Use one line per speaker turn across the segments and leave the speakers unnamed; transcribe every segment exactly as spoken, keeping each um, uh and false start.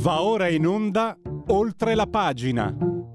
Va ora in onda Oltre la pagina.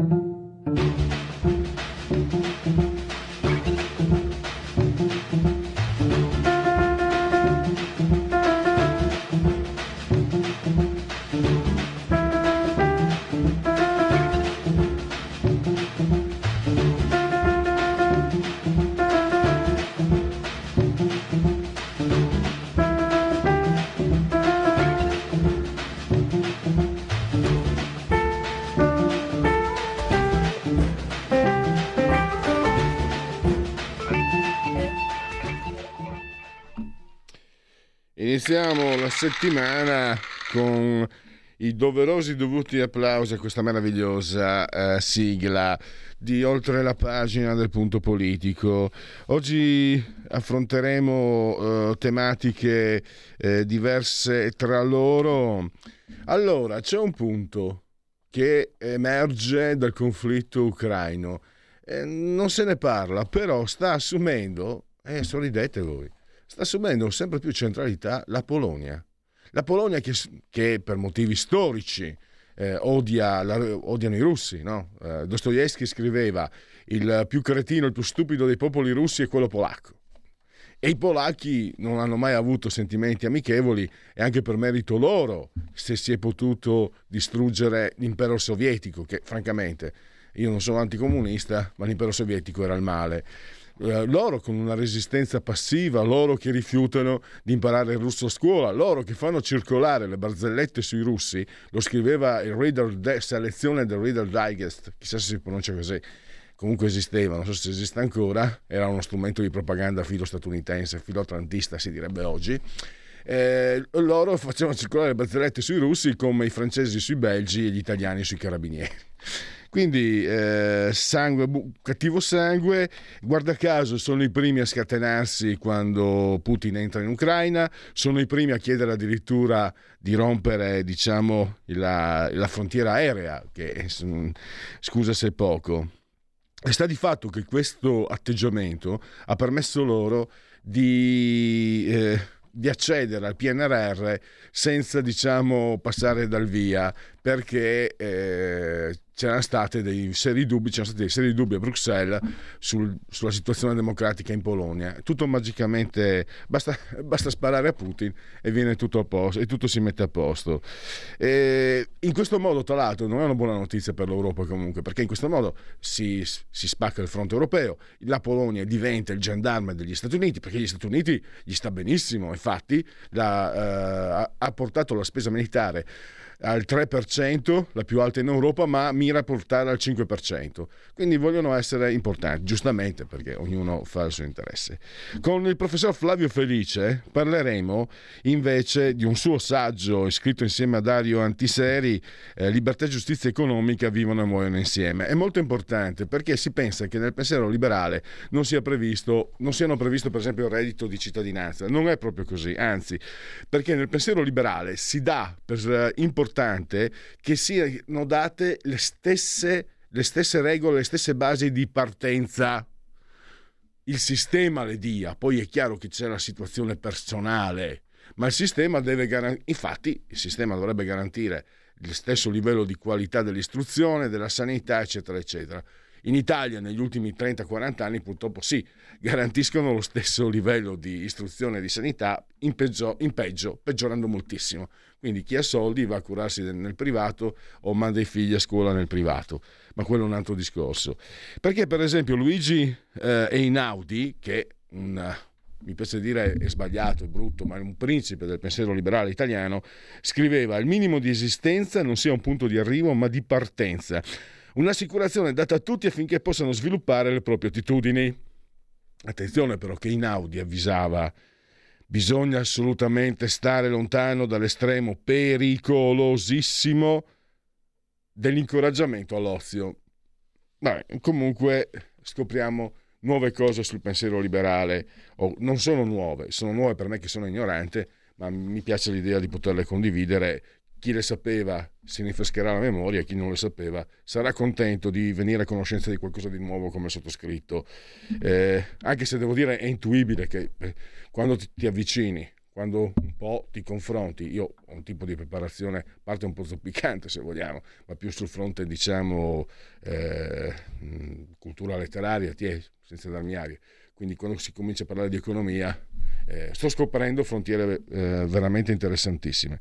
Iniziamo la settimana con i doverosi dovuti applausi a questa meravigliosa uh, sigla di Oltre la pagina del Punto Politico. Oggi affronteremo uh, tematiche uh, diverse tra loro. Allora, c'è un punto che emerge dal conflitto ucraino. Eh, non se ne parla, però sta assumendo, eh, sorridete voi, sta assumendo sempre più centralità la Polonia. La Polonia che, che per motivi storici eh, odia la, odiano i russi, no? Eh, Dostoevskij scriveva: il più cretino, il più stupido dei popoli russi è quello polacco. E i polacchi non hanno mai avuto sentimenti amichevoli, e anche per merito loro se si è potuto distruggere l'impero sovietico, che francamente io non sono anticomunista, ma l'impero sovietico era il male. Loro con una resistenza passiva, loro che rifiutano di imparare il russo a scuola, loro che fanno circolare le barzellette sui russi, lo scriveva il Reader, selezione del Reader Digest, chissà se si pronuncia così, comunque esisteva, non so se esiste ancora, era uno strumento di propaganda filo-statunitense, filo-atlantista si direbbe oggi. Eh, loro facevano circolare le barzellette sui russi come i francesi sui belgi e gli italiani sui carabinieri. Quindi eh, sangue, cattivo sangue, guarda caso sono i primi a scatenarsi quando Putin entra in Ucraina, sono i primi a chiedere addirittura di rompere, diciamo, la, la frontiera aerea, che scusa se è poco. E sta di fatto che questo atteggiamento ha permesso loro di... Eh, di accedere al P N R R senza, diciamo, passare dal via, perché eh, c'erano state dei seri dubbi, c'erano stati dei seri dubbi a Bruxelles sul, sulla situazione democratica in Polonia. Tutto magicamente, basta, basta sparare a Putin e viene tutto a posto, e tutto si mette a posto. E in questo modo, tra l'altro, non è una buona notizia per l'Europa comunque, perché in questo modo si, si spacca il fronte europeo, la Polonia diventa il gendarme degli Stati Uniti, perché gli Stati Uniti gli sta benissimo. Infatti la, uh, ha portato la spesa militare al tre per cento, la più alta in Europa, ma mira a portare al cinque per cento. Quindi vogliono essere importanti, giustamente, perché ognuno fa il suo interesse. Con il professor Flavio Felice parleremo invece di un suo saggio scritto insieme a Dario Antiseri, eh, Libertà e giustizia economica vivono e muoiono insieme. È molto importante perché si pensa che nel pensiero liberale non sia previsto, non siano previsto per esempio il reddito di cittadinanza. Non è proprio così, anzi, perché nel pensiero liberale si dà per importante che siano date le stesse, le stesse regole, le stesse basi di partenza. Il sistema le dia, poi è chiaro che c'è la situazione personale, ma il sistema deve garantire, infatti il sistema dovrebbe garantire lo stesso livello di qualità dell'istruzione, della sanità, eccetera, eccetera. In Italia negli ultimi trenta quaranta anni purtroppo sì, garantiscono lo stesso livello di istruzione e di sanità, in peggio, in peggio, peggiorando moltissimo. Quindi chi ha soldi va a curarsi nel privato o manda i figli a scuola nel privato, ma quello è un altro discorso. Perché per esempio Luigi eh, Einaudi, che un, mi piace dire è sbagliato, è brutto, ma è un principe del pensiero liberale italiano, scriveva: il minimo di esistenza non sia un punto di arrivo ma di partenza. Un'assicurazione data a tutti affinché possano sviluppare le proprie attitudini. Attenzione però che Einaudi avvisava: bisogna assolutamente stare lontano dall'estremo pericolosissimo dell'incoraggiamento all'ozio. Vabbè, comunque scopriamo nuove cose sul pensiero liberale, o non sono nuove, sono nuove per me che sono ignorante, ma mi piace l'idea di poterle condividere. Chi le sapeva si rinfrescherà la memoria, chi non le sapeva sarà contento di venire a conoscenza di qualcosa di nuovo come sottoscritto, eh, anche se devo dire è intuibile che eh, quando ti, ti avvicini quando un po' ti confronti. Io ho un tipo di preparazione, parte un po' zoppicante se vogliamo, ma più sul fronte, diciamo, eh, cultura letteraria, ti è, senza darmi aria. Quindi quando si comincia a parlare di economia, eh, sto scoprendo frontiere eh, veramente interessantissime.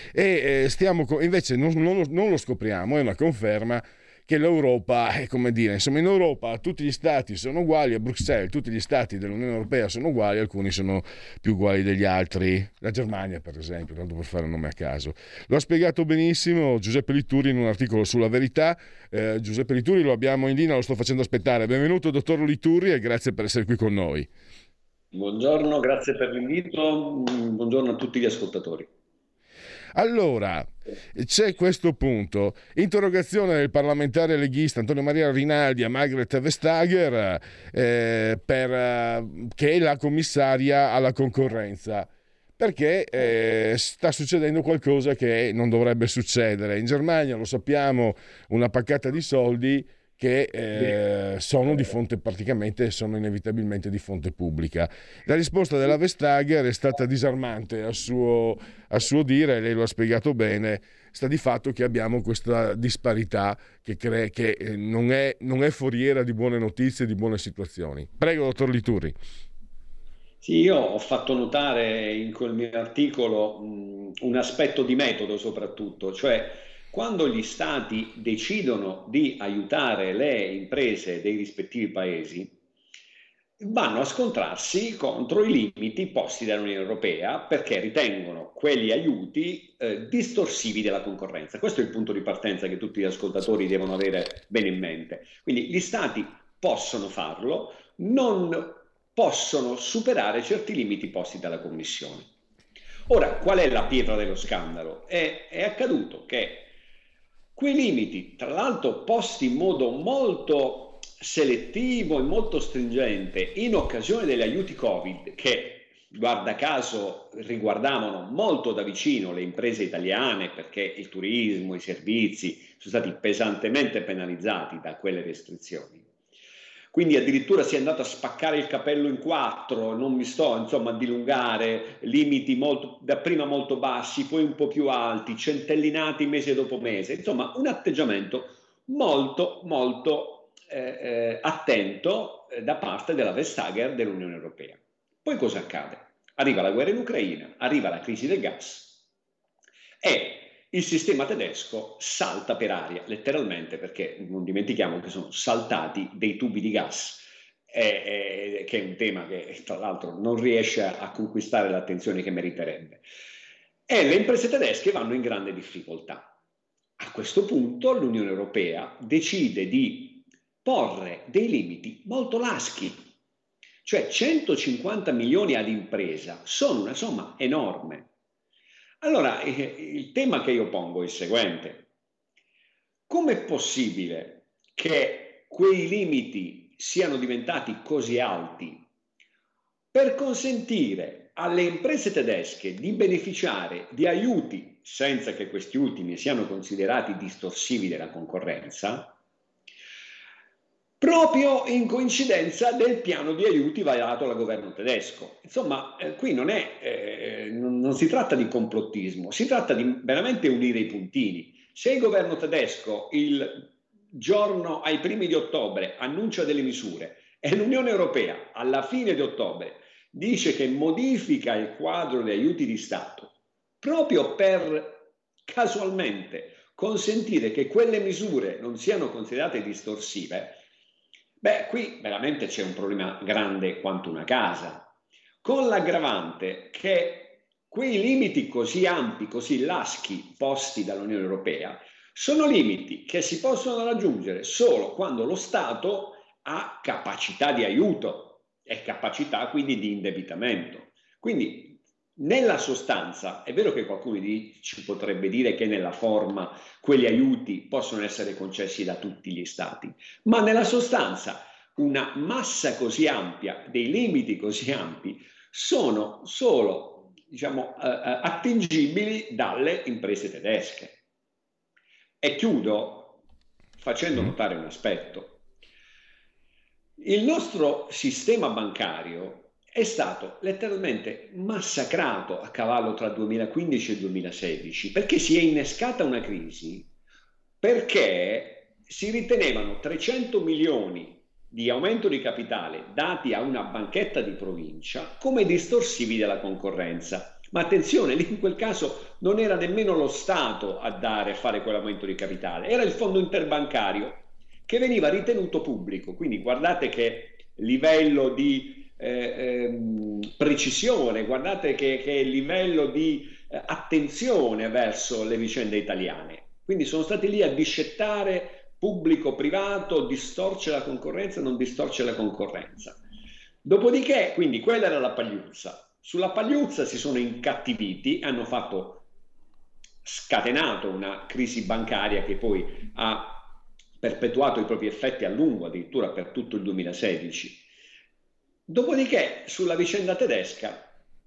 E eh, stiamo co- invece non, non, non lo scopriamo, è una conferma che l'Europa è, come dire, insomma, in Europa tutti gli stati sono uguali, a Bruxelles tutti gli stati dell'Unione Europea sono uguali, alcuni sono più uguali degli altri, la Germania per esempio, tanto per fare un nome a caso. Lo ha spiegato benissimo Giuseppe Lituri in un articolo sulla Verità. eh, Giuseppe Lituri lo abbiamo in linea, lo sto facendo aspettare. Benvenuto dottor Lituri e grazie per essere qui con noi.
Buongiorno, grazie per l'invito, buongiorno a tutti gli ascoltatori.
Allora, c'è questo punto, interrogazione del parlamentare leghista Antonio Maria Rinaldi a Margrethe Vestager, eh, per, eh, che è la commissaria alla concorrenza, perché eh, sta succedendo qualcosa che non dovrebbe succedere. In Germania, lo sappiamo, una paccata di soldi che eh, sono di fonte, praticamente sono inevitabilmente di fonte pubblica. La risposta della Vestager è stata disarmante a suo, a suo dire, lei lo ha spiegato bene. Sta di fatto che abbiamo questa disparità che, crea, che non, è, non è foriera di buone notizie, di buone situazioni. Prego, dottor Lituri.
Sì, io ho fatto notare in quel mio articolo mh, un aspetto di metodo soprattutto, cioè quando gli stati decidono di aiutare le imprese dei rispettivi paesi, vanno a scontrarsi contro i limiti posti dall'Unione Europea perché ritengono quegli aiuti eh, distorsivi della concorrenza. Questo è il punto di partenza che tutti gli ascoltatori devono avere bene in mente. Quindi gli stati possono farlo, non possono superare certi limiti posti dalla Commissione. Ora, qual è la pietra dello scandalo? È, è accaduto che quei limiti, tra l'altro posti in modo molto selettivo e molto stringente in occasione degli aiuti Covid, che guarda caso riguardavano molto da vicino le imprese italiane perché il turismo, i servizi sono stati pesantemente penalizzati da quelle restrizioni. Quindi addirittura si è andato a spaccare il capello in quattro, non mi sto insomma a dilungare, limiti molto, dapprima molto bassi, poi un po' più alti, centellinati mese dopo mese, insomma un atteggiamento molto molto eh, eh, attento eh, da parte della Vestager dell'Unione Europea. Poi cosa accade? Arriva la guerra in Ucraina, arriva la crisi del gas e il sistema tedesco salta per aria, letteralmente, perché non dimentichiamo che sono saltati dei tubi di gas, eh, eh, che è un tema che tra l'altro non riesce a conquistare l'attenzione che meriterebbe. E le imprese tedesche vanno in grande difficoltà. A questo punto l'Unione Europea decide di porre dei limiti molto laschi, cioè centocinquanta milioni ad impresa sono una somma enorme. Allora, il tema che io pongo è il seguente: com'è possibile che quei limiti siano diventati così alti per consentire alle imprese tedesche di beneficiare di aiuti senza che questi ultimi siano considerati distorsivi della concorrenza, proprio in coincidenza del piano di aiuti varato dal governo tedesco? Insomma, eh, qui non, è, eh, non, non si tratta di complottismo, si tratta di veramente unire i puntini. Se il governo tedesco il giorno ai primi di ottobre annuncia delle misure e l'Unione Europea alla fine di ottobre dice che modifica il quadro degli aiuti di Stato proprio per casualmente consentire che quelle misure non siano considerate distorsive, beh, qui veramente c'è un problema grande quanto una casa, con l'aggravante che quei limiti così ampi, così laschi posti dall'Unione Europea sono limiti che si possono raggiungere solo quando lo Stato ha capacità di aiuto e capacità quindi di indebitamento. Quindi nella sostanza è vero che qualcuno ci potrebbe dire che nella forma quegli aiuti possono essere concessi da tutti gli Stati, ma nella sostanza una massa così ampia, dei limiti così ampi, sono solo, diciamo, eh, attingibili dalle imprese tedesche. E chiudo facendo notare un aspetto. Il nostro sistema bancario è stato letteralmente massacrato a cavallo tra duemilaquindici e duemilasedici, perché si è innescata una crisi, perché si ritenevano trecento milioni di aumento di capitale dati a una banchetta di provincia come distorsivi della concorrenza. Ma attenzione, lì in quel caso non era nemmeno lo Stato a dare, a fare quell'aumento di capitale, era il fondo interbancario che veniva ritenuto pubblico. Quindi guardate che livello di eh, ehm, precisione, guardate che, che livello di eh, attenzione verso le vicende italiane. Quindi sono stati lì a discettare pubblico-privato, distorce la concorrenza, non distorce la concorrenza. Dopodiché, quindi quella era la pagliuzza. Sulla pagliuzza si sono incattiviti, hanno fatto scatenato una crisi bancaria che poi ha perpetuato i propri effetti a lungo, addirittura per tutto il duemilasedici. Dopodiché, sulla vicenda tedesca,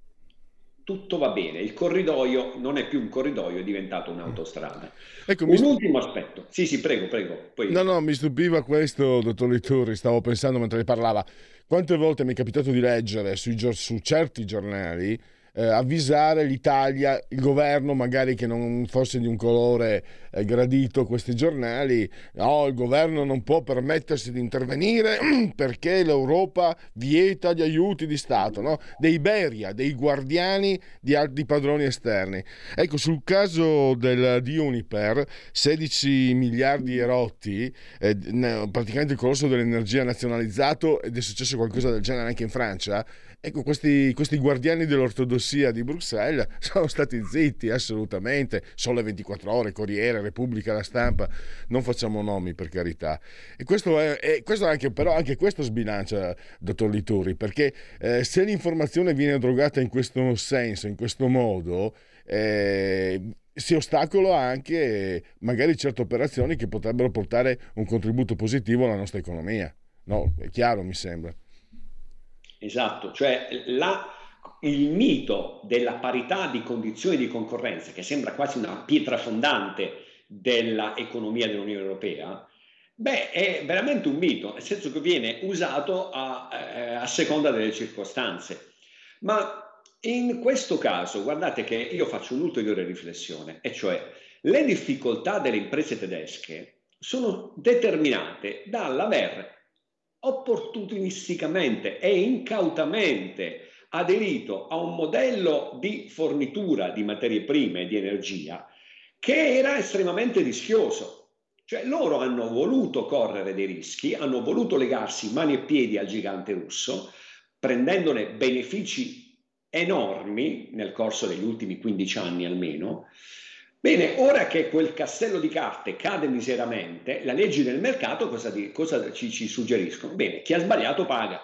tutto va bene, il corridoio non è più un corridoio, è diventato un'autostrada.
Ecco,
un
mi stu-
ultimo aspetto. Sì, sì, prego, prego. Poi...
No, no, mi stupiva questo, dottor Liturri, stavo pensando mentre lei parlava. Quante volte mi è capitato di leggere sui, gior- su certi giornali eh, avvisare l'Italia, il governo magari che non fosse di un colore eh, gradito questi giornali, no, il governo non può permettersi di intervenire perché l'Europa vieta gli aiuti di Stato, no? Dei Beria, dei guardiani di altri padroni esterni. Ecco, sul caso del, di Uniper, sedici miliardi erotti, eh, praticamente il colosso dell'energia nazionalizzato, ed è successo qualcosa del genere anche in Francia. Ecco, questi, questi guardiani dell'ortodossia di Bruxelles sono stati zitti assolutamente. Sole ventiquattro ore, Corriere, Repubblica, La Stampa, non facciamo nomi per carità. E questo è, è questo anche, però anche questo sbilancia, dottor Liturri, perché eh, se l'informazione viene drogata in questo senso, in questo modo, eh, si ostacola anche magari certe operazioni che potrebbero portare un contributo positivo alla nostra economia. No, è chiaro, mi sembra.
Esatto, cioè la, il mito della parità di condizioni di concorrenza, che sembra quasi una pietra fondante dell'economia dell'Unione Europea, beh, è veramente un mito, nel senso che viene usato a, eh, a seconda delle circostanze. Ma in questo caso, guardate che io faccio un'ulteriore riflessione, e cioè le difficoltà delle imprese tedesche sono determinate dall'aver opportunisticamente e incautamente aderito a un modello di fornitura di materie prime e di energia che era estremamente rischioso. Cioè loro hanno voluto correre dei rischi, hanno voluto legarsi mani e piedi al gigante russo, prendendone benefici enormi nel corso degli ultimi quindici anni almeno. Bene, ora che quel castello di carte cade miseramente, le leggi del mercato cosa, di, cosa ci, ci suggeriscono? Bene, chi ha sbagliato paga.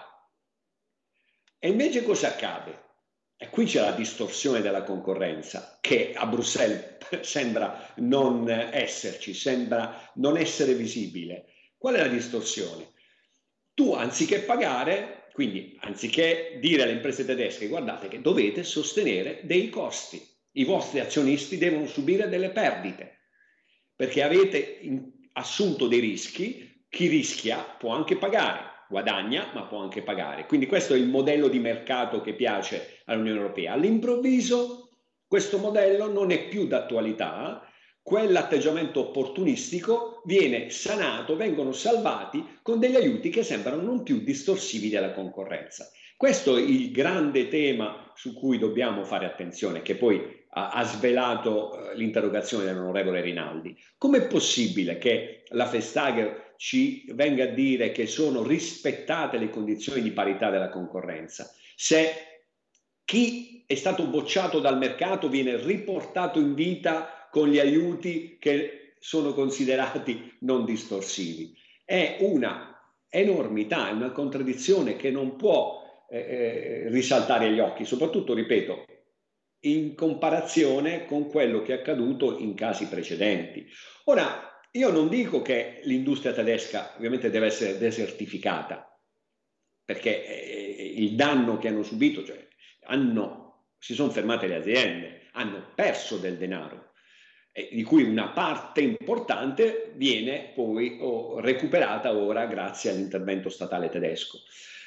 E invece cosa accade? E qui c'è la distorsione della concorrenza, che a Bruxelles sembra non esserci, sembra non essere visibile. Qual è la distorsione? Tu anziché pagare, quindi anziché dire alle imprese tedesche, guardate che dovete sostenere dei costi, i vostri azionisti devono subire delle perdite, perché avete assunto dei rischi, chi rischia può anche pagare, guadagna ma può anche pagare. Quindi questo è il modello di mercato che piace all'Unione Europea. All'improvviso questo modello non è più d'attualità, quell'atteggiamento opportunistico viene sanato, vengono salvati con degli aiuti che sembrano non più distorsivi della concorrenza. Questo è il grande tema su cui dobbiamo fare attenzione, che poi ha, ha svelato eh, l'interrogazione dell'onorevole Rinaldi. Com'è possibile che la Vestager ci venga a dire che sono rispettate le condizioni di parità della concorrenza, se chi è stato bocciato dal mercato viene riportato in vita con gli aiuti che sono considerati non distorsivi? È una enormità, è una contraddizione che non può eh, risaltare agli occhi, soprattutto, ripeto, in comparazione con quello che è accaduto in casi precedenti. Ora, io non dico che l'industria tedesca ovviamente deve essere desertificata, perché eh, il danno che hanno subito, cioè hanno, si sono fermate le aziende, hanno perso del denaro, eh, di cui una parte importante viene poi oh, recuperata ora grazie all'intervento statale tedesco.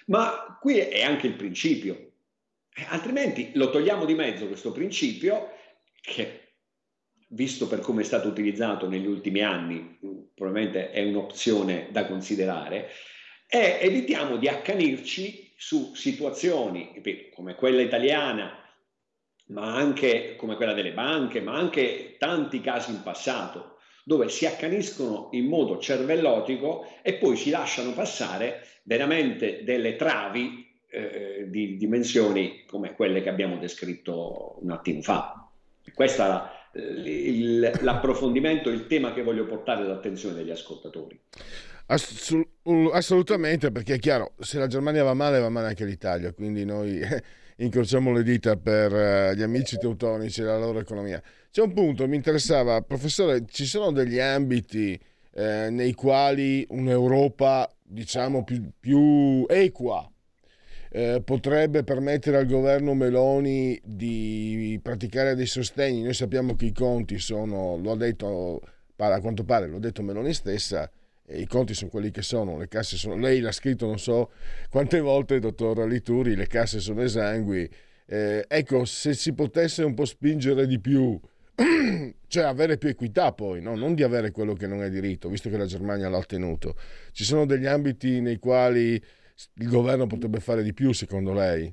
Ma qui è anche il principio, altrimenti lo togliamo di mezzo questo principio che, visto per come è stato utilizzato negli ultimi anni, probabilmente è un'opzione da considerare, e evitiamo di accanirci su situazioni ripeto, come quella italiana, ma anche come quella delle banche, ma anche tanti casi in passato, dove si accaniscono in modo cervellotico e poi si lasciano passare veramente delle travi eh, di dimensioni come quelle che abbiamo descritto un attimo fa. Questo è il, l'approfondimento, il tema che voglio portare all'attenzione degli ascoltatori.
Assolutamente, perché è chiaro, se la Germania va male va male anche l'Italia, quindi noi incrociamo le dita per gli amici teutonici e la loro economia. C'è un punto, mi interessava, professore, ci sono degli ambiti eh, nei quali un'Europa, diciamo, più, più equa eh, potrebbe permettere al governo Meloni di praticare dei sostegni? Noi sappiamo che i conti sono, lo ha detto, a quanto pare, l'ha detto Meloni stessa, i conti sono quelli che sono, le casse sono, lei l'ha scritto non so quante volte, dottor Lituri, le casse sono esangui, eh, ecco, se si potesse un po' spingere di più, cioè avere più equità poi, no? Non di avere quello che non è diritto, visto che la Germania l'ha ottenuto, ci sono degli ambiti nei quali il governo potrebbe fare di più secondo lei?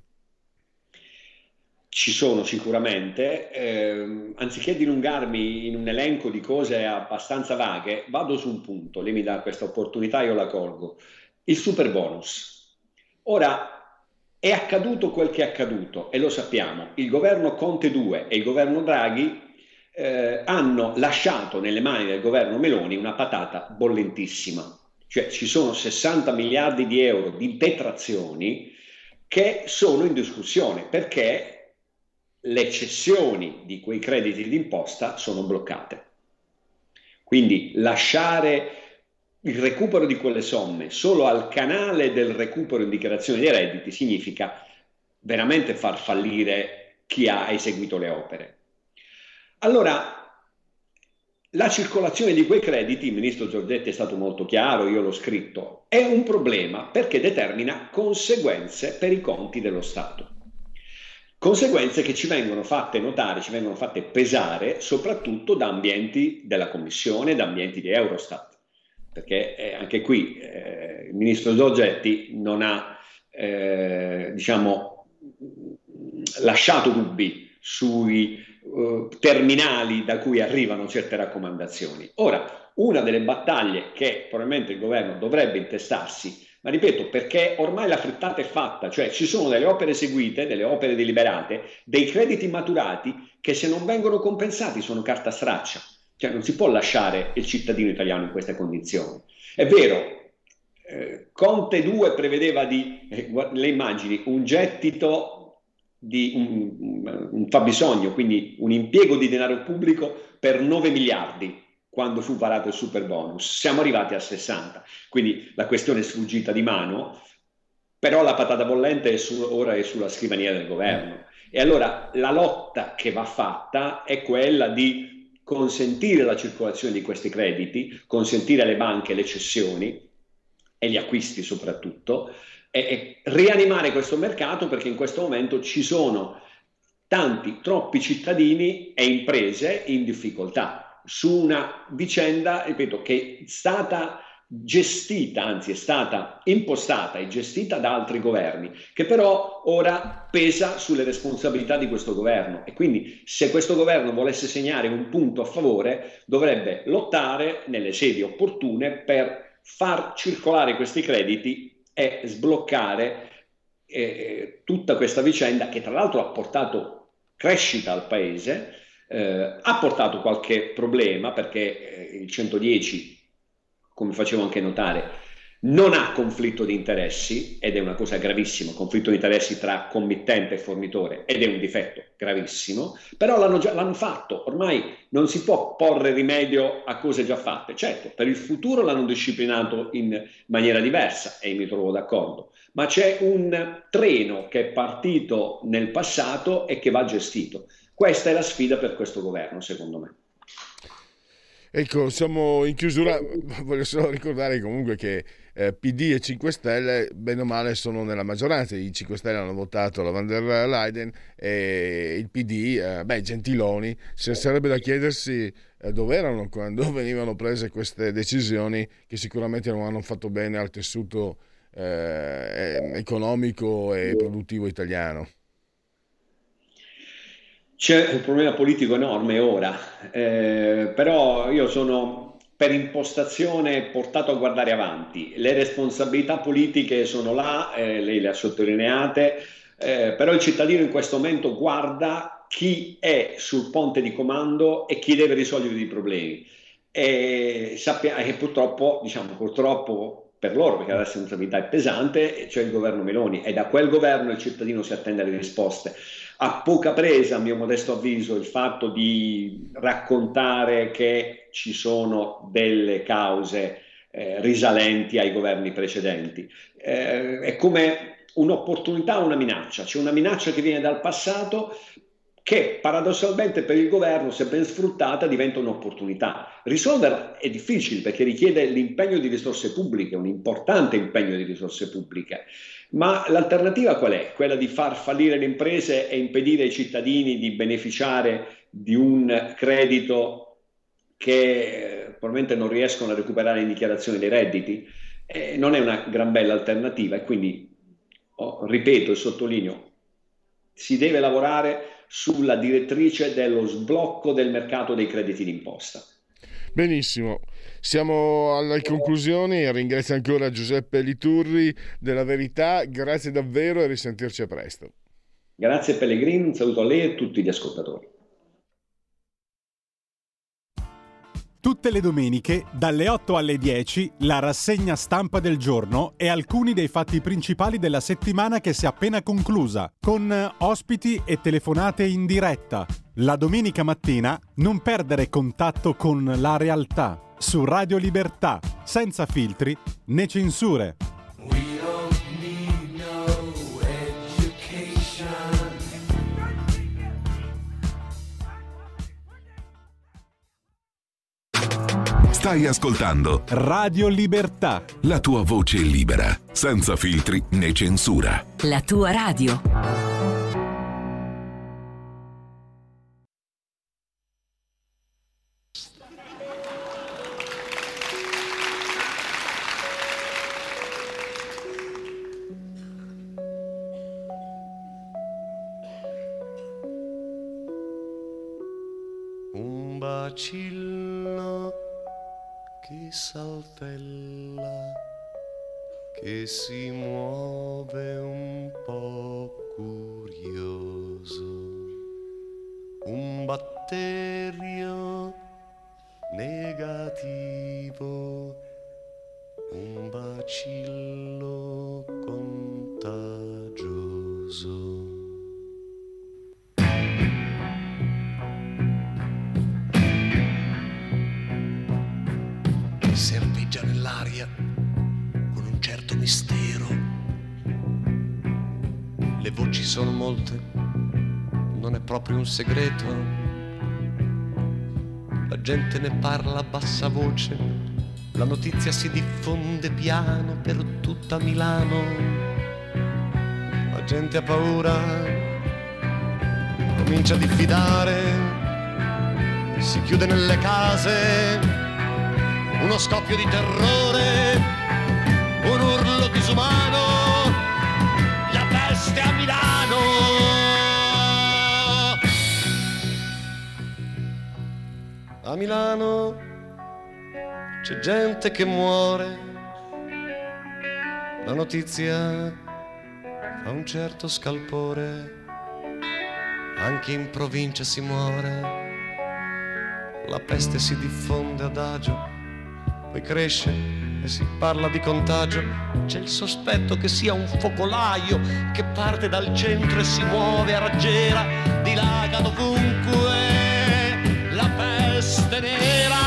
Ci sono sicuramente, eh, anziché dilungarmi in un elenco di cose abbastanza vaghe, vado su un punto, lei mi dà questa opportunità, io la colgo. Il super bonus. Ora, è accaduto quel che è accaduto e lo sappiamo, il governo Conte due e il governo Draghi eh, hanno lasciato nelle mani del governo Meloni una patata bollentissima, cioè ci sono sessanta miliardi di euro di detrazioni che sono in discussione perché le cessioni di quei crediti d'imposta sono bloccate. Quindi lasciare il recupero di quelle somme solo al canale del recupero in dichiarazione dei redditi significa veramente far fallire chi ha eseguito le opere. Allora, la circolazione di quei crediti, il ministro Giorgetti è stato molto chiaro, io l'ho scritto, è un problema perché determina conseguenze per i conti dello Stato. Conseguenze che ci vengono fatte notare, ci vengono fatte pesare soprattutto da ambienti della Commissione, da ambienti di Eurostat, perché eh, anche qui eh, il ministro Giorgetti non ha eh, diciamo, lasciato dubbi sui uh, terminali da cui arrivano certe raccomandazioni. Ora, una delle battaglie che probabilmente il governo dovrebbe intestarsi, ma ripeto, perché ormai la frittata è fatta, cioè ci sono delle opere eseguite, delle opere deliberate, dei crediti maturati che se non vengono compensati sono carta straccia, cioè non si può lasciare il cittadino italiano in queste condizioni. È vero, eh, Conte due prevedeva di, eh, le immagini, un gettito di un, un, un fabbisogno, quindi un impiego di denaro pubblico per nove miliardi. Quando fu varato il super bonus, siamo arrivati a sessanta, quindi la questione è sfuggita di mano, però la patata bollente è su, ora è sulla scrivania del governo e allora la lotta che va fatta è quella di consentire la circolazione di questi crediti, consentire alle banche le cessioni e gli acquisti soprattutto e, e rianimare questo mercato, perché in questo momento ci sono tanti, troppi cittadini e imprese in difficoltà su una vicenda, ripeto, che è stata gestita, anzi è stata impostata e gestita da altri governi, che però ora pesa sulle responsabilità di questo governo e quindi se questo governo volesse segnare un punto a favore dovrebbe lottare nelle sedi opportune per far circolare questi crediti e sbloccare eh, tutta questa vicenda che tra l'altro ha portato crescita al paese. Eh, ha portato qualche problema perché eh, il centodieci, come facevo anche notare, non ha conflitto di interessi ed è una cosa gravissima, conflitto di interessi tra committente e fornitore ed è un difetto gravissimo, però l'hanno, già, l'hanno fatto, ormai non si può porre rimedio a cose già fatte, certo per il futuro l'hanno disciplinato in maniera diversa e mi trovo d'accordo, ma c'è un treno che è partito nel passato e che va gestito. Questa è la sfida per questo governo, secondo me.
Ecco, siamo in chiusura. Voglio solo ricordare comunque che eh, P D e cinque Stelle bene o male sono nella maggioranza. I cinque Stelle hanno votato la van der Leyen e il P D, eh, beh, Gentiloni, se sarebbe da chiedersi eh, dove erano quando venivano prese queste decisioni, che sicuramente non hanno fatto bene al tessuto eh, economico e produttivo italiano.
C'è un problema politico enorme ora, eh, però io sono per impostazione portato a guardare avanti. Le responsabilità politiche sono là, eh, lei le ha sottolineate, eh, però il cittadino in questo momento guarda chi è sul ponte di comando e chi deve risolvere i problemi. E sappiamo che purtroppo, diciamo purtroppo per loro, perché la responsabilità è pesante, c'è il governo Meloni e da quel governo il cittadino si attende alle risposte. Ha poca presa, a mio modesto avviso, il fatto di raccontare che ci sono delle cause eh, risalenti ai governi precedenti. Eh, è come un'opportunità o una minaccia. C'è una minaccia che viene dal passato che paradossalmente per il governo, se ben sfruttata, diventa un'opportunità. Risolverla è difficile perché richiede l'impegno di risorse pubbliche, un importante impegno di risorse pubbliche. Ma l'alternativa qual è? Quella di far fallire le imprese e impedire ai cittadini di beneficiare di un credito che probabilmente non riescono a recuperare in dichiarazione dei redditi? Eh, non è una gran bella alternativa e quindi, oh, ripeto e sottolineo, si deve lavorare sulla direttrice dello sblocco del mercato dei crediti d'imposta.
Benissimo, siamo alle conclusioni. Ringrazio ancora Giuseppe Liturri della Verità, grazie davvero e risentirci a presto.
Grazie Pellegrini, un saluto a lei e a tutti gli ascoltatori.
Tutte le domeniche, dalle otto alle dieci, la rassegna stampa del giorno e alcuni dei fatti principali della settimana che si è appena conclusa, con ospiti e telefonate in diretta. La domenica mattina non perdere contatto con la realtà su Radio Libertà, senza filtri né censure.
Stai ascoltando
Radio Libertà,
la tua voce libera, senza filtri né censura.
La tua radio.
Un bacillo che saltella, che si muove un po' curioso, un batterio negativo, un bacillo contagioso. Serpeggia nell'aria con un certo mistero. Le voci sono molte, non è proprio un segreto. La gente ne parla a bassa voce, la notizia si diffonde piano per tutta Milano. La gente ha paura, comincia a diffidare, si chiude nelle case. Uno scoppio di terrore, un urlo disumano, la peste a Milano. A Milano c'è gente che muore, la notizia fa un certo scalpore, anche in provincia si muore, la peste si diffonde adagio, poi cresce e si parla di contagio. C'è il sospetto che sia un focolaio che parte dal centro e si muove a raggiera, dilaga dovunque la peste nera.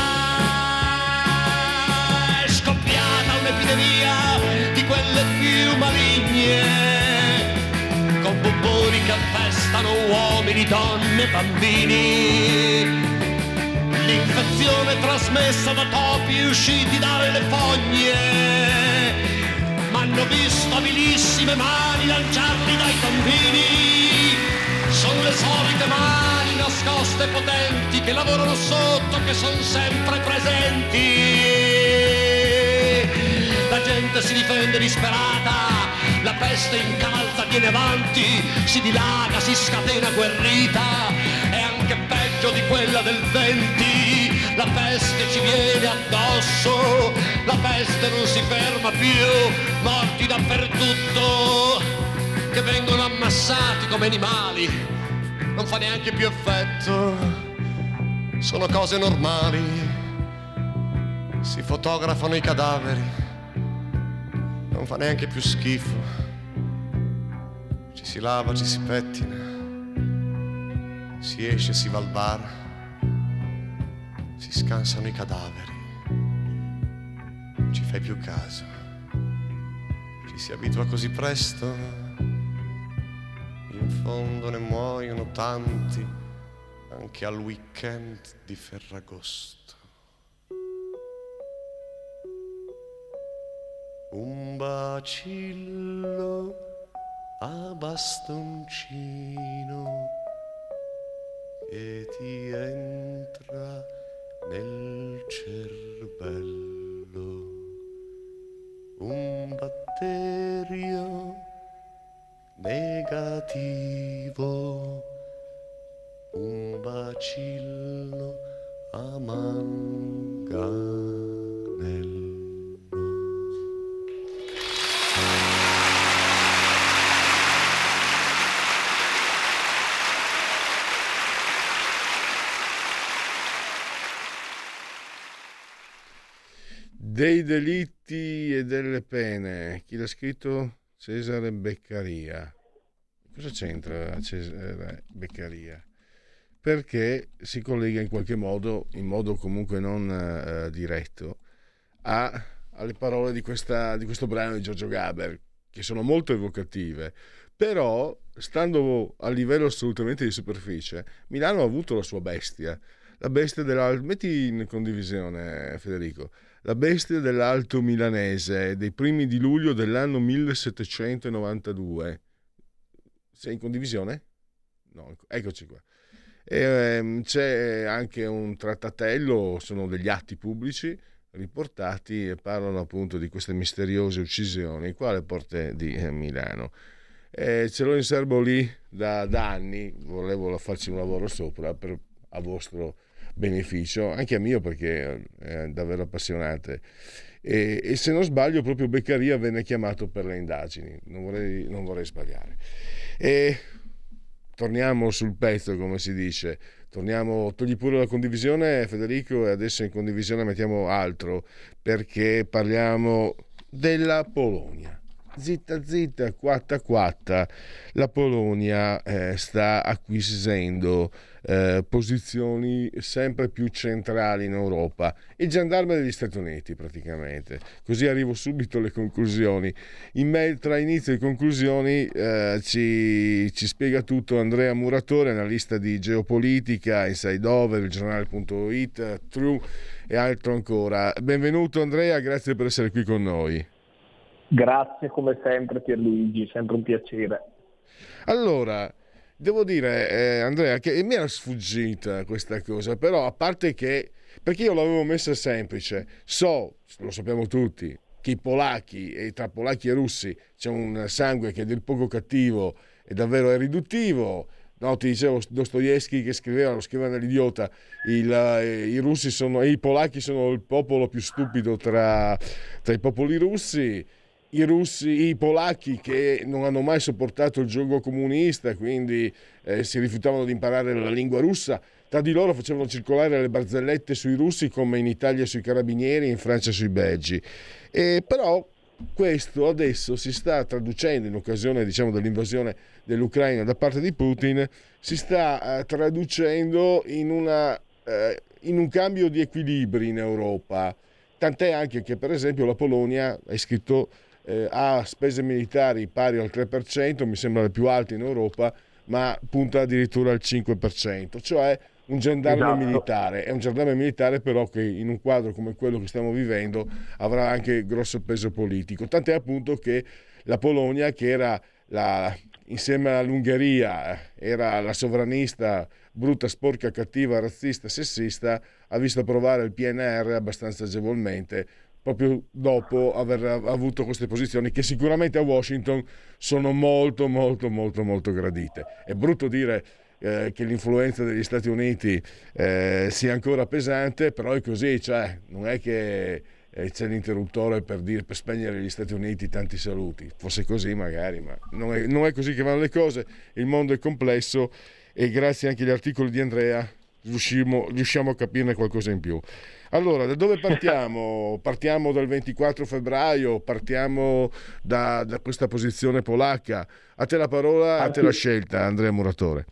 È scoppiata un'epidemia di quelle più maligne, con bubboni che infestano uomini, donne, bambini. l'infezione trasmessa da topi usciti dalle fogne, m'hanno visto abilissime mani lanciarli dai bambini, sono le solite mani nascoste e potenti che lavorano sotto, che sono sempre presenti. La gente si difende disperata, la peste incalza, viene avanti, si dilaga, si scatena guerrita, è anche peggio di quella del venti, la peste ci viene addosso, la peste non si ferma più, morti dappertutto, che vengono ammassati come animali, non fa neanche più effetto, sono cose normali, si fotografano i cadaveri, non fa neanche più schifo, ci si lava, ci si pettina, si esce, si va al bar, si scansano i cadaveri, non ci fai più caso, ci si abitua così presto, in fondo ne muoiono tanti anche al weekend di Ferragosto. Un bacillo a bastoncino che ti entra nel cervello, un batterio negativo, un bacillo a manganello.
Dei delitti e delle pene. Chi l'ha scritto? Cesare Beccaria. Cosa c'entra Cesare Beccaria? Perché si collega in qualche modo, in modo comunque non uh, diretto, a, alle parole di, questa, di questo brano di Giorgio Gaber, che sono molto evocative, però, stando a livello assolutamente di superficie, Milano ha avuto la sua bestia, la bestia dell'Alto, metti in condivisione Federico, la bestia dell'Alto Milanese dei primi di luglio dell'anno millesettecentonovantadue. Sei in condivisione? No, eccoci qua. E, ehm, c'è anche un trattatello, sono degli atti pubblici riportati e parlano appunto di queste misteriose uccisioni qua alle porte di eh, Milano. E ce l'ho in serbo lì da, da anni, volevo farci un lavoro sopra per, a vostro beneficio, anche a mio perché è davvero appassionante, e, e se non sbaglio proprio Beccaria venne chiamato per le indagini, non vorrei, non vorrei sbagliare. E torniamo sul pezzo, come si dice, torniamo, togli pure la condivisione Federico, e adesso in condivisione mettiamo altro, perché parliamo della Polonia. Zitta zitta, quatta quatta, la Polonia eh, sta acquisendo eh, posizioni sempre più centrali in Europa, il gendarme degli Stati Uniti praticamente. Così arrivo subito alle conclusioni. In me, tra inizio e conclusioni eh, ci, ci spiega tutto Andrea Muratore, analista di geopolitica, Inside Over, il giornale punto it, True e altro ancora. Benvenuto Andrea, grazie per essere qui con noi.
Grazie come sempre Pierluigi, sempre un piacere.
Allora, devo dire eh, Andrea che mi era sfuggita questa cosa, però a parte che, perché io l'avevo messa semplice, so, lo sappiamo tutti, che i polacchi, e tra polacchi e russi c'è un sangue che è del poco cattivo e davvero è riduttivo. No, ti dicevo Dostoevskij che scriveva, lo scriveva nell'Idiota, il, eh, i russi sono, i polacchi sono il popolo più stupido tra, tra i popoli russi. I russi, i polacchi che non hanno mai sopportato il giogo comunista, quindi eh, si rifiutavano di imparare la lingua russa, tra di loro facevano circolare le barzellette sui russi come in Italia sui carabinieri, in Francia sui belgi. E però questo adesso si sta traducendo, in occasione diciamo dell'invasione dell'Ucraina da parte di Putin, si sta eh, traducendo in, una, eh, in un cambio di equilibri in Europa, tant'è anche che per esempio la Polonia ha scritto Eh, ha spese militari pari al tre per cento, mi sembra le più alte in Europa, ma punta addirittura al cinque per cento, cioè un gendarme
Esatto.
militare. È un gendarme militare però che in un quadro come quello che stiamo vivendo avrà anche grosso peso politico. Tant'è appunto che la Polonia, che era la, insieme all'Ungheria, era la sovranista brutta, sporca, cattiva, razzista, sessista, ha visto approvare il P N R abbastanza agevolmente, proprio dopo aver avuto queste posizioni che sicuramente a Washington sono molto molto molto molto gradite. È brutto dire eh, che l'influenza degli Stati Uniti eh, sia ancora pesante, però è così, cioè non è che eh, c'è l'interruttore per dire, per spegnere gli Stati Uniti, tanti saluti, fosse così magari, ma non è, non è così che vanno le cose. Il mondo è complesso e grazie anche agli articoli di Andrea riusciamo, riusciamo a capirne qualcosa in più. Allora, da dove partiamo? Partiamo dal ventiquattro febbraio, partiamo da, da questa posizione polacca. A te la parola, a te la scelta, Andrea Muratore.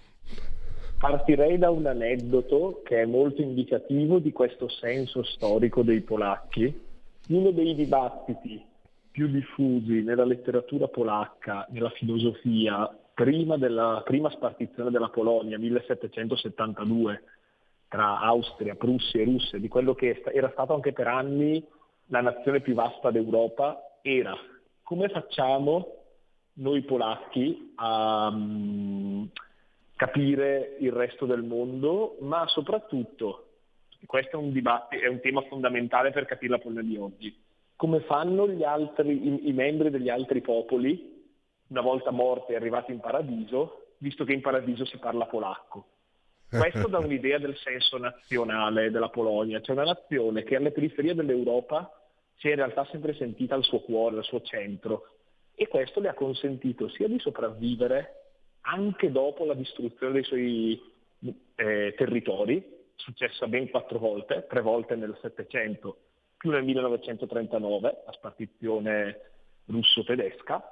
Partirei da un aneddoto che è molto indicativo di questo senso storico dei polacchi. Uno dei dibattiti più diffusi nella letteratura polacca, nella filosofia, prima della prima spartizione della Polonia, millesettecentosettantadue, tra Austria, Prussia e Russia, di quello che era stato anche per anni la nazione più vasta d'Europa, era: come facciamo noi polacchi a um, capire il resto del mondo, ma soprattutto, questo è un dibattito, è un tema fondamentale per capire la Polonia di oggi, come fanno gli altri, i, i membri degli altri popoli, una volta morti e arrivati in paradiso, visto che in paradiso si parla polacco. Questo dà un'idea del senso nazionale della Polonia, cioè una nazione che alle periferie dell'Europa si è in realtà sempre sentita al suo cuore, al suo centro, e questo le ha consentito sia di sopravvivere anche dopo la distruzione dei suoi eh, territori, successa ben quattro volte, tre volte nel Settecento, più nel millenovecentotrentanove, la spartizione russo-tedesca,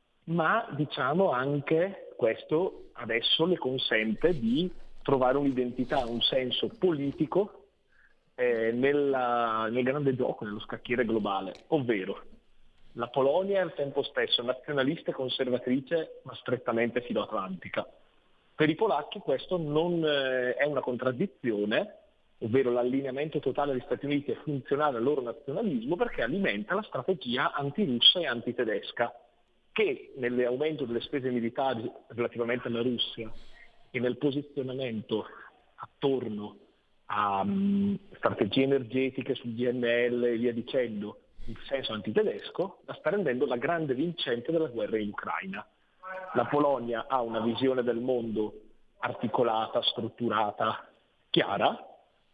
ma diciamo anche questo adesso le consente di trovare un'identità, un senso politico eh, nella, nel grande gioco, nello scacchiere globale, ovvero la Polonia è al tempo stesso nazionalista e conservatrice, ma strettamente filoatlantica. Per i polacchi questo non eh, è una contraddizione, ovvero l'allineamento totale agli Stati Uniti è funzionale al loro nazionalismo perché alimenta la strategia antirussa e antitedesca, che nell'aumento delle spese militari relativamente alla Russia e nel posizionamento attorno a um, strategie energetiche sul D N L e via dicendo, in senso antitedesco, la sta rendendo la grande vincente della guerra in Ucraina. La Polonia ha una visione del mondo articolata, strutturata, chiara,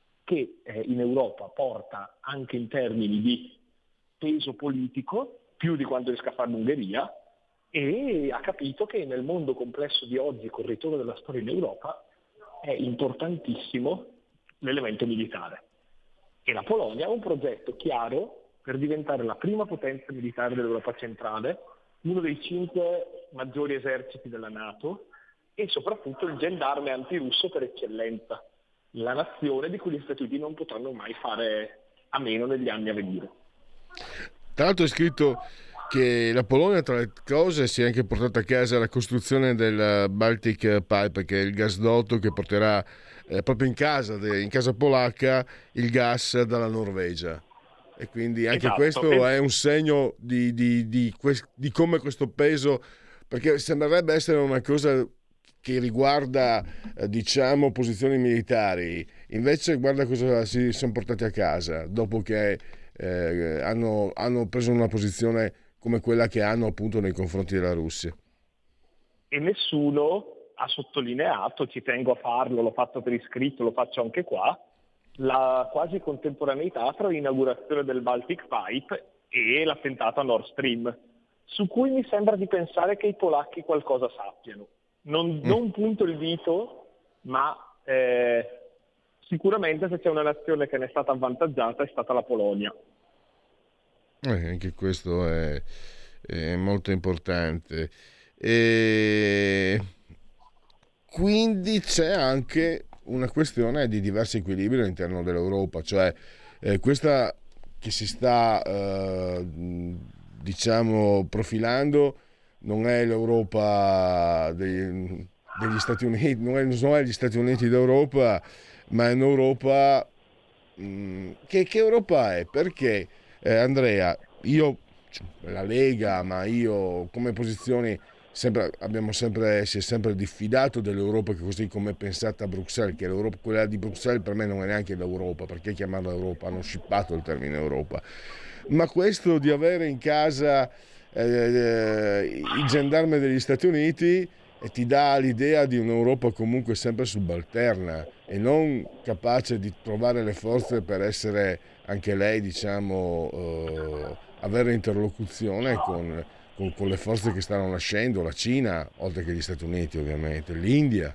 che eh, in Europa porta anche in termini di peso politico, più di quanto riesca a fare l'Ungheria, e ha capito che nel mondo complesso di oggi, col ritorno della storia in Europa, è importantissimo l'elemento militare. E la Polonia ha un progetto chiaro per diventare la prima potenza militare dell'Europa centrale, uno dei cinque maggiori eserciti della NATO e soprattutto il gendarme antirusso per eccellenza, la nazione di cui gli Stati Uniti non potranno mai fare a meno negli anni a venire.
Tra l'altro è scritto che la Polonia, tra le cose, si è anche portata a casa la costruzione del Baltic Pipe, che è il gasdotto che porterà eh, proprio in casa, in casa polacca, il gas dalla Norvegia. E quindi anche esatto. Questo è un segno di, di, di, di come questo peso, perché sembrerebbe essere una cosa che riguarda eh, diciamo posizioni militari, invece guarda cosa si sono portati a casa dopo che eh, hanno, hanno preso una posizione come quella che hanno appunto nei confronti della Russia.
E nessuno ha sottolineato, ci tengo a farlo, l'ho fatto per iscritto, lo faccio anche qua, la quasi contemporaneità tra l'inaugurazione del Baltic Pipe e l'attentato a Nord Stream, su cui mi sembra di pensare che i polacchi qualcosa sappiano. Non, mm. non punto il dito, ma eh, sicuramente se c'è una nazione che ne è stata avvantaggiata è stata la Polonia.
Eh, anche questo è, è molto importante. E quindi c'è anche una questione di diverso equilibrio all'interno dell'Europa, cioè eh, questa che si sta eh, diciamo profilando non è l'Europa dei, degli Stati Uniti, non è, non è gli Stati Uniti d'Europa, ma è un'Europa mh, che, che Europa è? Perché eh, Andrea, io la Lega, ma io come posizioni sempre, abbiamo sempre, si è sempre diffidato dell'Europa così come è pensata a Bruxelles, che l'Europa, quella di Bruxelles per me non è neanche l'Europa, perché chiamarla Europa? Hanno scippato il termine Europa. Ma questo di avere in casa eh, il gendarme degli Stati Uniti e ti dà l'idea di un'Europa comunque sempre subalterna e non capace di trovare le forze per essere anche lei, diciamo, eh, avere interlocuzione con, con, con le forze che stanno nascendo, la Cina, oltre che gli Stati Uniti ovviamente, l'India.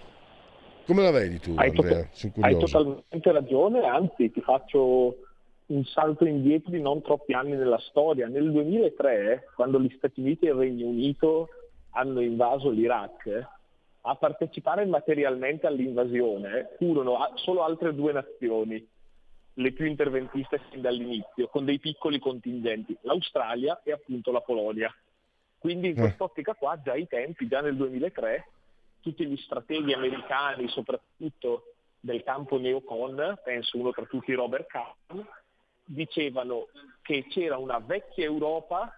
Come la vedi tu,
hai
Andrea?
To-
Sono curioso.
hai totalmente ragione, anzi ti faccio un salto indietro di non troppi anni nella storia. Nel duemilatré, quando gli Stati Uniti e il Regno Unito hanno invaso l'Iraq, a partecipare materialmente all'invasione furono solo altre due nazioni, le più interventiste sin dall'inizio, con dei piccoli contingenti, l'Australia e appunto la Polonia. Quindi in quest'ottica qua, già ai tempi, già nel duemilatré, tutti gli strateghi americani, soprattutto del campo neocon, penso uno tra tutti Robert Kahn, dicevano che c'era una vecchia Europa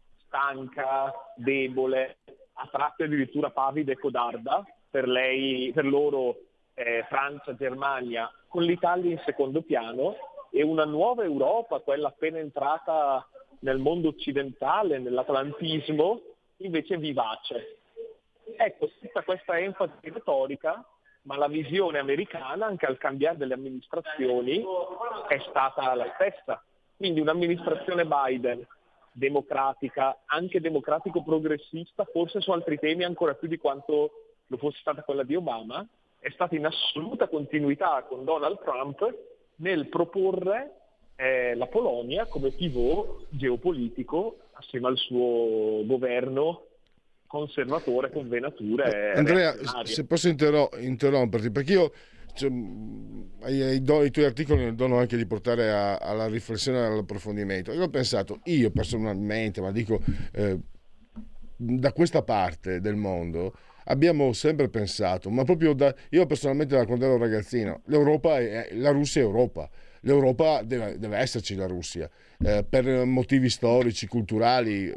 stanca, debole, a tratti addirittura pavida e codarda, per lei, per loro eh, Francia, Germania, con l'Italia in secondo piano, e una nuova Europa, quella appena entrata nel mondo occidentale, nell'atlantismo, invece vivace. Ecco, tutta questa enfasi retorica, ma la visione americana, anche al cambiare delle amministrazioni, è stata la stessa. Quindi un'amministrazione Biden, democratica, anche democratico-progressista, forse su altri temi ancora più di quanto lo fosse stata quella di Obama, è stata in assoluta continuità con Donald Trump nel proporre eh, la Polonia come pivot geopolitico assieme al suo governo conservatore con venature
Andrea,
reazionarie.
se posso interro- interromperti, perché io cioè, ai, ai do, i tuoi articoli ne dono anche di portare a, alla riflessione e all'approfondimento. Io ho pensato, io personalmente, ma dico eh, da questa parte del mondo, abbiamo sempre pensato, ma proprio da, io personalmente da quando ero ragazzino, l'Europa è, la Russia è Europa. L'Europa deve, deve esserci la Russia, eh, per motivi storici, culturali,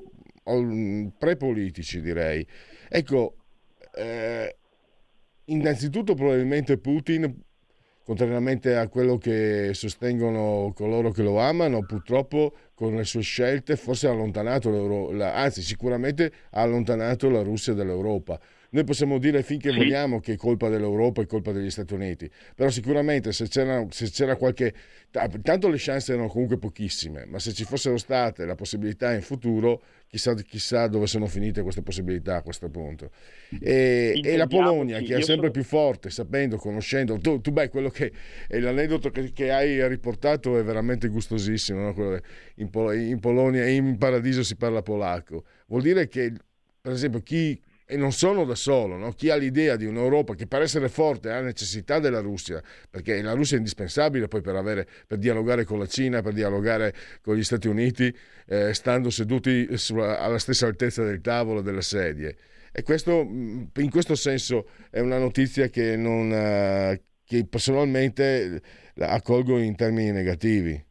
prepolitici direi. Ecco, eh, innanzitutto probabilmente Putin, contrariamente a quello che sostengono coloro che lo amano, purtroppo con le sue scelte forse ha allontanato l'Europa, anzi sicuramente ha allontanato la Russia dall'Europa. Noi possiamo dire finché
sì.
vogliamo che è colpa dell'Europa, è colpa degli Stati Uniti, però sicuramente se c'era, se c'era qualche... Tanto le chance erano comunque pochissime, ma se ci fossero state la possibilità in futuro, chissà, chissà dove sono finite queste possibilità a questo punto. E, e la Polonia, che è sempre sono... più forte, sapendo, conoscendo... Tu, tu beh, quello che è l'aneddoto che, che hai riportato è veramente gustosissimo, no? Quello in, Pol- in Polonia, in paradiso si parla polacco. Vuol dire che, per esempio, chi... E non sono da solo, no? Chi ha l'idea di un'Europa che per essere forte ha necessità della Russia, perché la Russia è indispensabile poi per, avere, per dialogare con la Cina, per dialogare con gli Stati Uniti, eh, stando seduti sulla, alla stessa altezza del tavolo, delle sedie. E questo, in questo senso, è una notizia che, non, eh, che personalmente accolgo in termini negativi.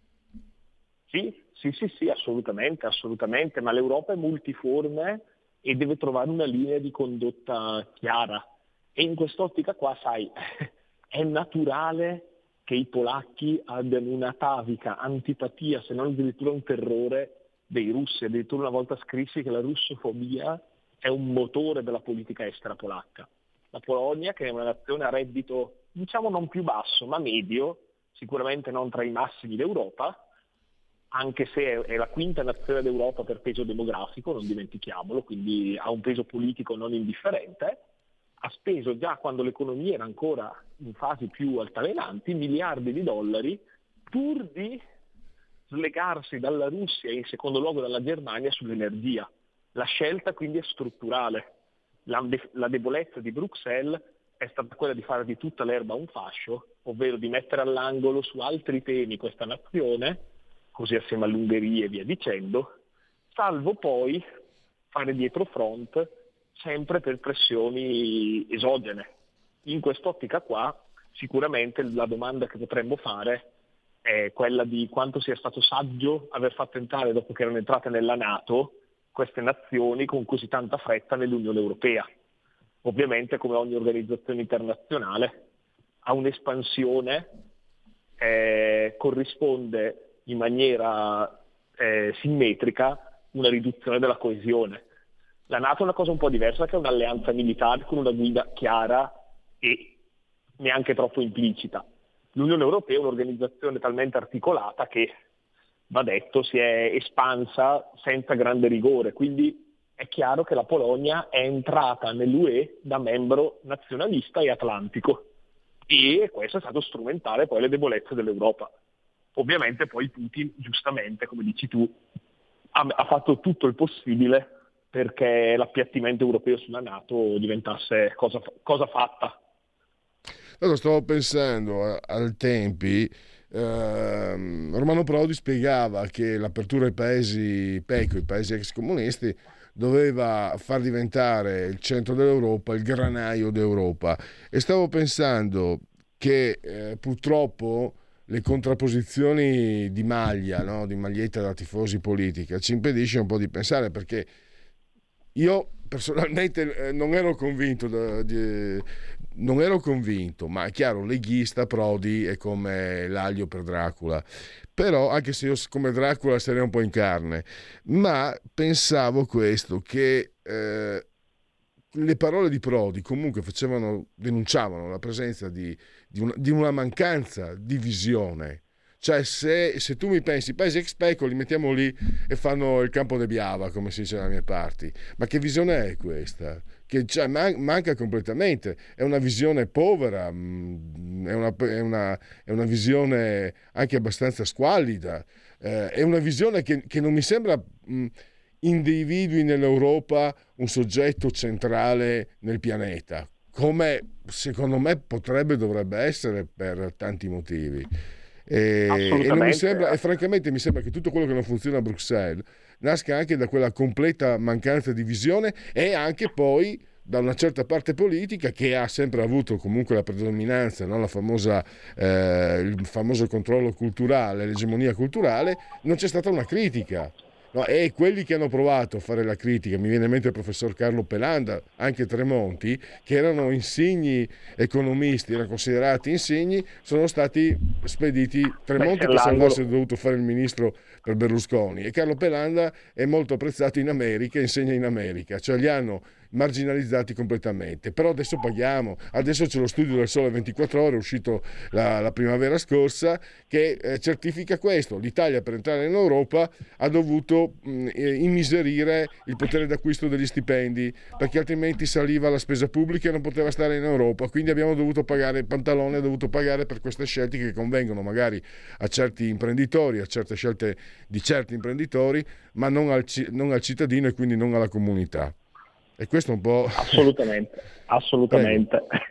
Sì, sì, sì, sì, assolutamente, assolutamente, ma l'Europa è multiforme e deve trovare una linea di condotta chiara. E in quest'ottica qua, sai, è naturale che i polacchi abbiano un'atavica antipatia, se non addirittura un terrore dei russi. Addirittura una volta scrissi che la russofobia è un motore della politica estera polacca. La Polonia, che è una nazione a reddito, diciamo non più basso, ma medio, sicuramente non tra i massimi d'Europa, anche se è la quinta nazione d'Europa per peso demografico, non dimentichiamolo, quindi ha un peso politico non indifferente, ha speso già quando l'economia era ancora in fasi più altalenanti miliardi di dollari pur di slegarsi dalla Russia e in secondo luogo dalla Germania sull'energia. La scelta quindi è strutturale. La, de- la debolezza di Bruxelles è stata quella di fare di tutta l'erba un fascio, ovvero di mettere all'angolo su altri temi questa nazione, così assieme all'Ungheria e via dicendo, salvo poi fare dietro front sempre per pressioni esogene. In quest'ottica qua, sicuramente la domanda che potremmo fare è quella di quanto sia stato saggio aver fatto entrare, dopo che erano entrate nella NATO, queste nazioni con così tanta fretta nell'Unione Europea. Ovviamente, come ogni organizzazione internazionale, a un'espansione eh, corrisponde in maniera eh, simmetrica una riduzione della coesione. La NATO è una cosa un po' diversa, che è un'alleanza militare con una guida chiara e neanche troppo implicita. L'Unione Europea è un'organizzazione talmente articolata che, va detto, si è espansa senza grande rigore, quindi è chiaro che la Polonia è entrata nell'U E da membro nazionalista e atlantico, e questo è stato strumentale poi alle debolezze dell'Europa. Ovviamente poi Putin, giustamente, come dici tu, ha, ha fatto tutto il possibile perché l'appiattimento europeo sulla NATO diventasse cosa, cosa fatta.
Allora, stavo pensando a, al tempi, eh, Romano Prodi spiegava che l'apertura ai paesi P E C O, i paesi ex comunisti, doveva far diventare il centro dell'Europa il granaio d'Europa, e stavo pensando che eh, purtroppo le contrapposizioni di maglia, no? Di maglietta da tifosi politica, ci impedisce un po' di pensare, perché io personalmente eh, non ero convinto da, di, non ero convinto, ma è chiaro, leghista Prodi è come l'aglio per Dracula, però anche se io come Dracula sarei un po' in carne, ma pensavo questo, che eh, le parole di Prodi comunque facevano, denunciavano la presenza di, di, una, di una mancanza di visione. Cioè, se, se tu mi pensi, i paesi ex P E C O li mettiamo lì e fanno il campo de Biava, come si dice dalle mie parti, ma che visione è questa? Che cioè, man- manca completamente, è una visione povera, mh, è, una, è, una, è una visione anche abbastanza squallida, eh, è una visione che, che non mi sembra mh, individui nell'Europa un soggetto centrale nel pianeta, come secondo me potrebbe, dovrebbe essere per tanti motivi. E, e, non mi sembra, e francamente mi sembra che tutto quello che non funziona a Bruxelles nasca anche da quella completa mancanza di visione, e anche poi da una certa parte politica che ha sempre avuto comunque la predominanza, no? La famosa, eh, il famoso controllo culturale, l'egemonia culturale. Non c'è stata una critica. No, e quelli che hanno provato a fare la critica, mi viene in mente il professor Carlo Pelanda, anche Tremonti, che erano insigni economisti, erano considerati insigni, sono stati spediti. Tremonti per salvarsi ha dovuto fare il ministro per Berlusconi, e Carlo Pelanda è molto apprezzato in America, insegna in America, cioè li hanno marginalizzati completamente. Però adesso paghiamo, adesso c'è lo studio del Sole ventiquattro Ore, è uscito la, la primavera scorsa, che eh, certifica questo: l'Italia per entrare in Europa ha dovuto mh, immiserire il potere d'acquisto degli stipendi, perché altrimenti saliva la spesa pubblica e non poteva stare in Europa, quindi abbiamo dovuto pagare il pantalone, ha dovuto pagare per queste scelte che convengono magari a certi imprenditori, a certe scelte di certi imprenditori, ma non al, non al cittadino, e quindi non alla comunità. E questo un po'...
Assolutamente, assolutamente. Prego.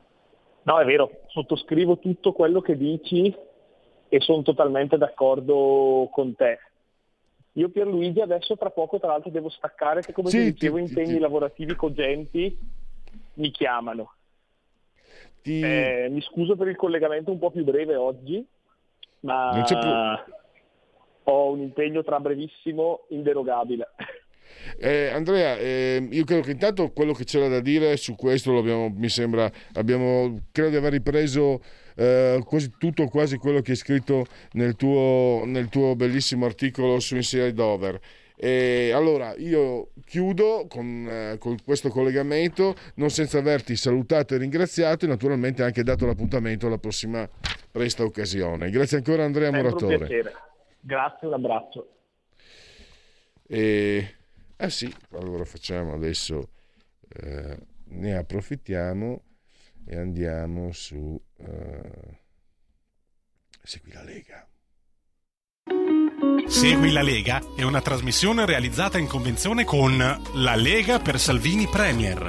No, è vero, sottoscrivo tutto quello che dici e sono totalmente d'accordo con te. Io, Pierluigi, adesso tra poco tra l'altro devo staccare, che come sì, ti dicevo ti, impegni ti, lavorativi cogenti mi chiamano. Ti... Eh, mi scuso per il collegamento un po' più breve oggi, ma non c'è più... ho un impegno tra brevissimo inderogabile.
Eh, Andrea, eh, io credo che intanto quello che c'era da dire su questo lo abbiamo, mi sembra, abbiamo, credo di aver ripreso eh, quasi tutto, quasi quello che hai scritto nel tuo, nel tuo bellissimo articolo su Inside Dover. E allora io chiudo con, eh, con questo collegamento, non senza averti salutato e ringraziato, e naturalmente anche dato l'appuntamento alla prossima presta occasione. Grazie ancora, Andrea Moratore.
Un piacere. Grazie, un abbraccio.
E ah sì, allora facciamo adesso, eh, ne approfittiamo e andiamo su eh, Segui la Lega.
Segui la Lega è una trasmissione realizzata in convenzione con La Lega per Salvini Premier.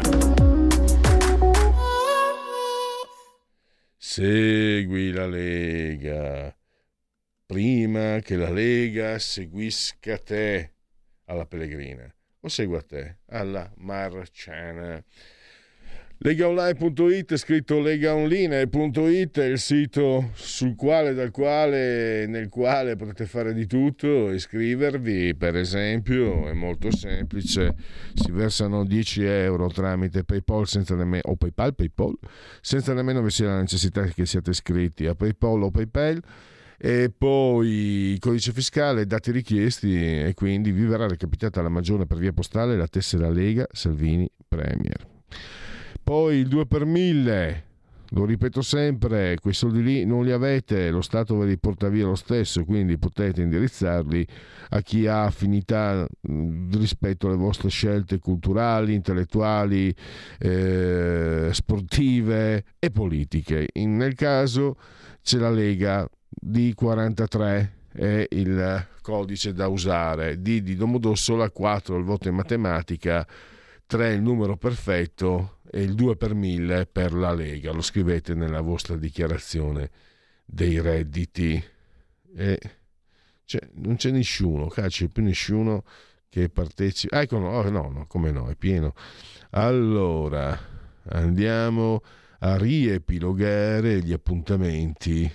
Segui la Lega prima che la Lega seguisca te alla Pellegrina. o segua te alla marciana. legaonline punto it, scritto legaonline punto it, è il sito sul quale, dal quale, nel quale potete fare di tutto, iscrivervi per esempio, è molto semplice, si versano dieci euro tramite PayPal senza nemmeno, o PayPal, PayPal, senza nemmeno vi sia la necessità che siate iscritti a PayPal o PayPal, e poi il codice fiscale, dati richiesti, e quindi vi verrà recapitata la maggiore per via postale la tessera Lega Salvini Premier. Poi il due per mille, lo ripeto sempre, quei soldi lì non li avete, lo Stato ve li porta via lo stesso, quindi potete indirizzarli a chi ha affinità rispetto alle vostre scelte culturali, intellettuali, eh, sportive e politiche. In, nel caso c'è la Lega, D quarantatré è il codice da usare, D di Domodossola, quattro il voto in matematica, tre il numero perfetto e il due per mille per la Lega. Lo scrivete nella vostra dichiarazione dei redditi. E cioè, non c'è nessuno, c'è più nessuno che partecipa. Ecco, no, no, no, come no, è pieno. Allora, andiamo a riepilogare gli appuntamenti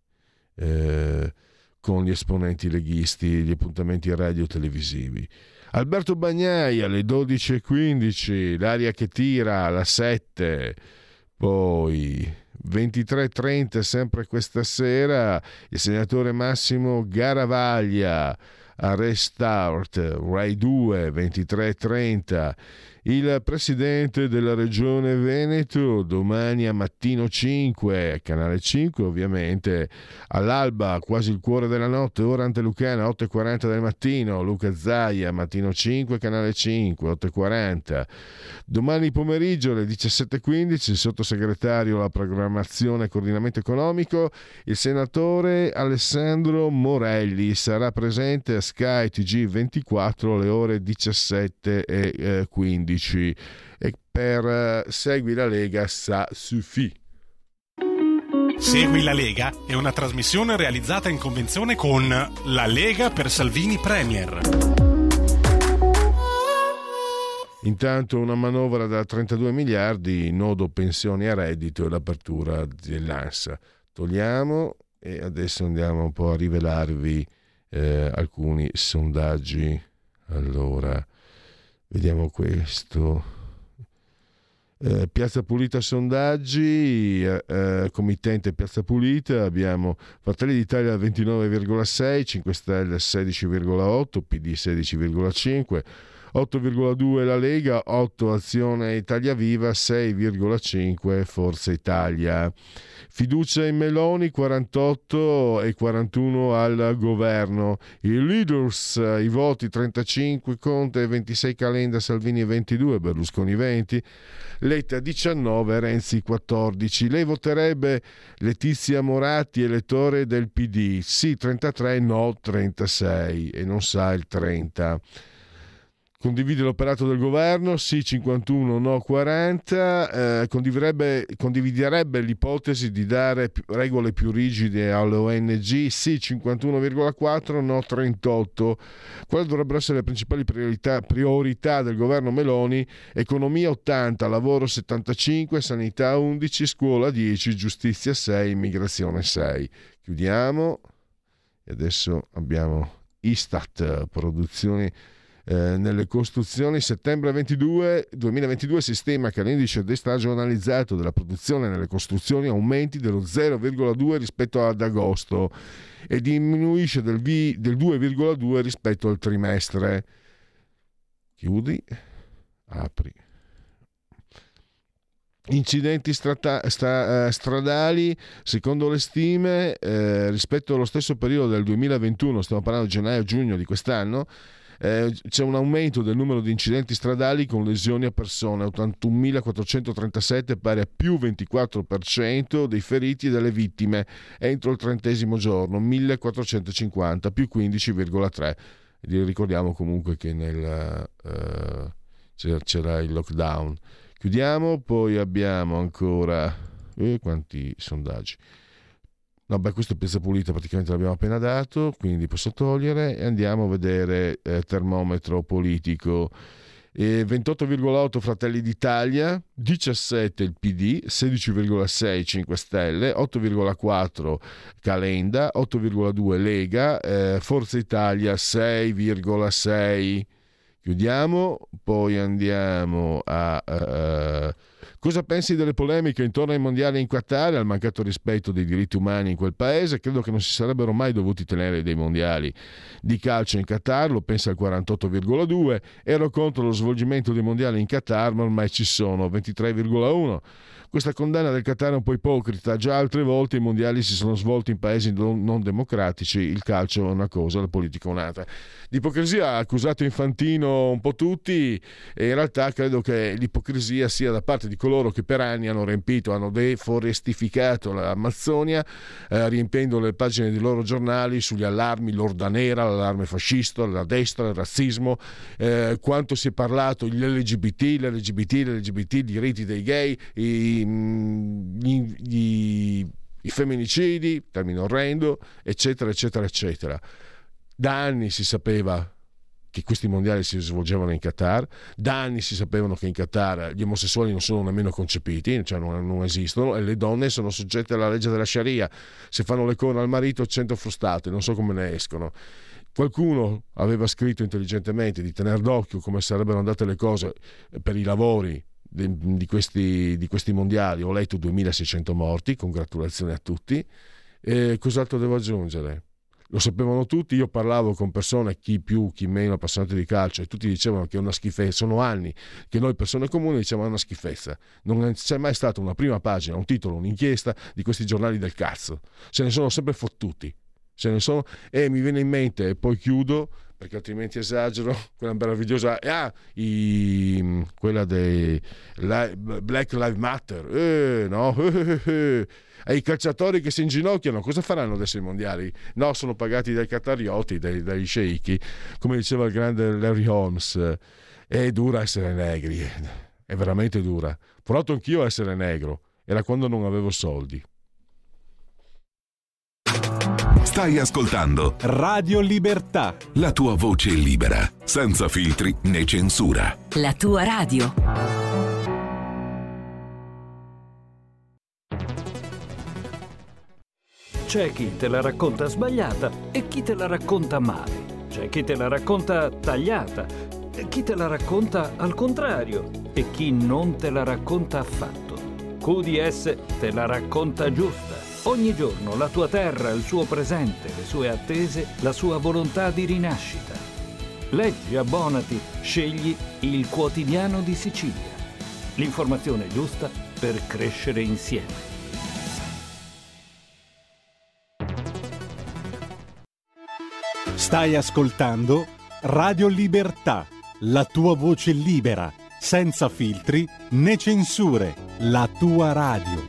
eh, con gli esponenti leghisti, gli appuntamenti radio-televisivi. Alberto Bagnai alle dodici e quindici, l'aria che tira alla sette, poi ventitré e trenta sempre questa sera il senatore Massimo Garavaglia a Restart, Rai due, ventitré e trenta, il presidente della regione Veneto domani a Mattino cinque, Canale cinque ovviamente, all'alba quasi il cuore della notte, ora antelucana, otto e quaranta del mattino, Luca Zaia, Mattino cinque, Canale cinque, otto e quaranta. Domani pomeriggio alle diciassette e quindici il sottosegretario alla programmazione e coordinamento economico, il senatore Alessandro Morelli, sarà presente a Sky T G ventiquattro alle ore diciassette e quindici. E per uh, Segui la Lega, ça suffit.
Segui la Lega è una trasmissione realizzata in convenzione con La Lega per Salvini Premier.
Intanto una manovra da trentadue miliardi, nodo pensioni a reddito e l'apertura dell'ANSA. Togliamo e adesso andiamo un po' a rivelarvi eh, alcuni sondaggi. Allora, vediamo questo. Eh, Piazza Pulita sondaggi, eh, eh, committente Piazza Pulita, abbiamo Fratelli d'Italia ventinove virgola sei, cinque Stelle sedici virgola otto, P D sedici virgola cinque, otto virgola due la Lega, otto Azione Italia Viva, sei virgola cinque Forza Italia. Fiducia in Meloni, quarantotto e quarantuno al governo. I leaders, i voti trentacinque, Conte ventisei, Calenda, Salvini ventidue, Berlusconi venti, Letta diciannove, Renzi quattordici. Lei voterebbe Letizia Moratti, elettore del P D, sì trentatré, no trentasei e non sa il trenta. Condivide l'operato del governo, sì cinquantuno, no quaranta, eh, condividerebbe, condividerebbe l'ipotesi di dare più, regole più rigide alle O N G, sì cinquantuno virgola quattro, no trentotto. Quali dovrebbero essere le principali priorità, priorità del governo Meloni? Economia ottanta, lavoro settantacinque, sanità undici, scuola dieci, giustizia sei, immigrazione sei. Chiudiamo e adesso abbiamo Istat, produzioni Eh, nelle costruzioni, settembre ventidue duemilaventidue si stima che l'indice destagionalizzato della produzione nelle costruzioni aumenti dello zero virgola due rispetto ad agosto e diminuisce del, v, del due virgola due rispetto al trimestre. Chiudi, apri. Incidenti strata, sta, eh, stradali, secondo le stime, eh, rispetto allo stesso periodo del duemilaventuno, stiamo parlando di gennaio-giugno di quest'anno, Eh, c'è un aumento del numero di incidenti stradali con lesioni a persone, ottantunomilaquattrocentotrentasette, pari a più ventiquattro per cento dei feriti e delle vittime entro il trentesimo giorno, millequattrocentocinquanta, più quindici virgola tre. Ricordiamo comunque che nel, uh, c'era, c'era il lockdown. Chiudiamo, poi abbiamo ancora eh, quanti sondaggi. No, beh, questo è Piazza Pulita, praticamente l'abbiamo appena dato, quindi posso togliere e andiamo a vedere eh, termometro politico. e ventotto virgola otto Fratelli d'Italia, diciassette il P D, sedici virgola sei cinque Stelle, otto virgola quattro Calenda, otto virgola due Lega, eh, Forza Italia sei virgola sei. Chiudiamo, poi andiamo a uh, cosa pensi delle polemiche intorno ai mondiali in Qatar, al mancato rispetto dei diritti umani in quel paese. Credo che non si sarebbero mai dovuti tenere dei mondiali di calcio in Qatar, lo pensa il quarantotto virgola due. Ero contro lo svolgimento dei mondiali in Qatar, ma ormai ci sono, ventitré virgola uno. Questa condanna del Qatar è un po' ipocrita, già altre volte i mondiali si sono svolti in paesi non democratici, il calcio è una cosa, la politica un'altra. Di ipocrisia ha accusato Infantino un po' tutti, e in realtà credo che l'ipocrisia sia da parte di coloro che per anni hanno riempito, hanno deforestificato l'Amazzonia, eh, riempiendo le pagine dei loro giornali sugli allarmi, l'orda nera, l'allarme fascista, la destra, il razzismo, eh, quanto si è parlato, gli L G B T, l'L G B T, l'L G B T, i diritti dei gay, i Gli, gli, i femminicidi, termine orrendo, eccetera eccetera eccetera. Da anni si sapeva che questi mondiali si svolgevano in Qatar, da anni si sapevano che in Qatar gli omosessuali non sono nemmeno concepiti, cioè non, non esistono, e le donne sono soggette alla legge della Sharia, se fanno le corna al marito cento frustate, non so come ne escono. Qualcuno aveva scritto intelligentemente di tener d'occhio come sarebbero andate le cose per i lavori di questi, di questi mondiali. Ho letto duemilaseicento morti, congratulazioni a tutti. E cos'altro devo aggiungere? Lo sapevano tutti, io parlavo con persone, chi più, chi meno appassionati di calcio, e tutti dicevano che è una schifezza. Sono anni che noi persone comuni diciamo è una schifezza. Non c'è mai stata una prima pagina, un titolo, un'inchiesta di questi giornali del cazzo. Se ne sono sempre fottuti. Se ne sono, e mi viene in mente, e poi chiudo perché altrimenti esagero, quella meravigliosa, ah, i, quella dei Black Lives Matter, eh, no? E i calciatori che si inginocchiano, cosa faranno adesso ai mondiali? No, sono pagati dai qatarioti, dai, dai sceicchi, come diceva il grande Larry Holmes. È dura essere negri, è veramente dura. Ho provato anch'io a essere negro, era quando non avevo soldi.
Stai ascoltando
Radio Libertà,
la tua voce libera, senza filtri né censura.
La tua radio.
C'è chi te la racconta sbagliata e chi te la racconta male. C'è chi te la racconta tagliata e chi te la racconta al contrario e chi non te la racconta affatto. Q D S te la racconta giusta. Ogni giorno la tua terra, il suo presente, le sue attese, la sua volontà di rinascita. Leggi, abbonati, scegli il Quotidiano di Sicilia. L'informazione giusta per crescere insieme.
Stai ascoltando Radio Libertà, la tua voce libera, senza filtri né censure, la tua radio.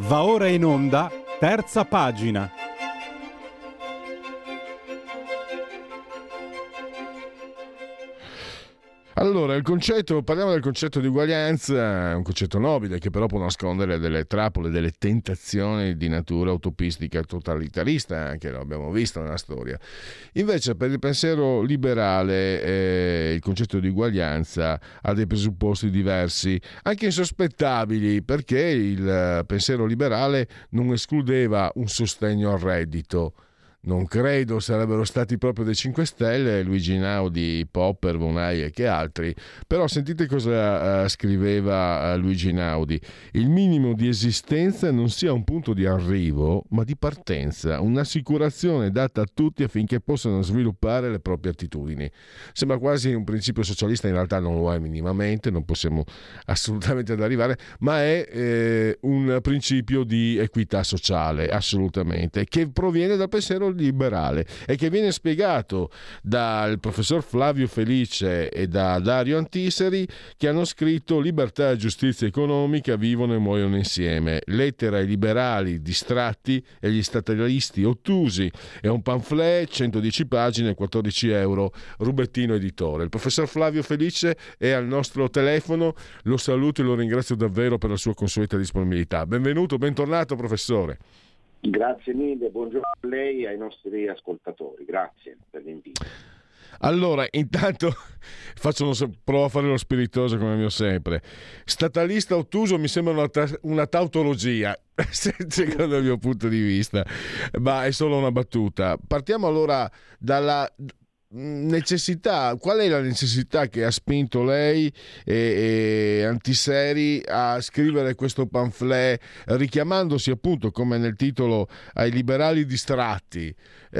Va ora in onda, terza pagina.
Allora, il concetto, parliamo del concetto di uguaglianza, un concetto nobile che però può nascondere delle trappole, delle tentazioni di natura utopistica, totalitarista, anche lo abbiamo visto nella storia. Invece per il pensiero liberale eh, il concetto di uguaglianza ha dei presupposti diversi, anche insospettabili, perché il pensiero liberale non escludeva un sostegno al reddito. Non credo sarebbero stati proprio dei cinque Stelle, Luigi Einaudi, Popper, Von Hayek e altri, però sentite cosa uh, scriveva uh, Luigi Einaudi: il minimo di esistenza non sia un punto di arrivo, ma di partenza, un'assicurazione data a tutti affinché possano sviluppare le proprie attitudini. Sembra quasi un principio socialista, in realtà non lo è minimamente, non possiamo assolutamente arrivare, ma è eh, un principio di equità sociale, assolutamente, che proviene dal pensiero liberale e che viene spiegato dal professor Flavio Felice e da Dario Antiseri, che hanno scritto Libertà e giustizia economica vivono e muoiono insieme, lettera ai liberali distratti e agli statalisti ottusi. È un pamphlet, centodieci pagine, quattordici euro, Rubettino Editore. Il professor Flavio Felice è al nostro telefono, lo saluto e lo ringrazio davvero per la sua consueta disponibilità. Benvenuto, bentornato professore.
Grazie mille, buongiorno a lei e ai nostri ascoltatori, grazie per l'invito.
Allora, intanto faccio uno, provo a fare lo spiritoso come mio sempre. Statalista ottuso mi sembra una, ta- una tautologia, secondo il mio punto di vista, ma è solo una battuta. Partiamo allora dalla necessità. Qual è la necessità che ha spinto lei e, e Antiseri a scrivere questo pamphlet, richiamandosi appunto, come nel titolo, ai liberali distratti?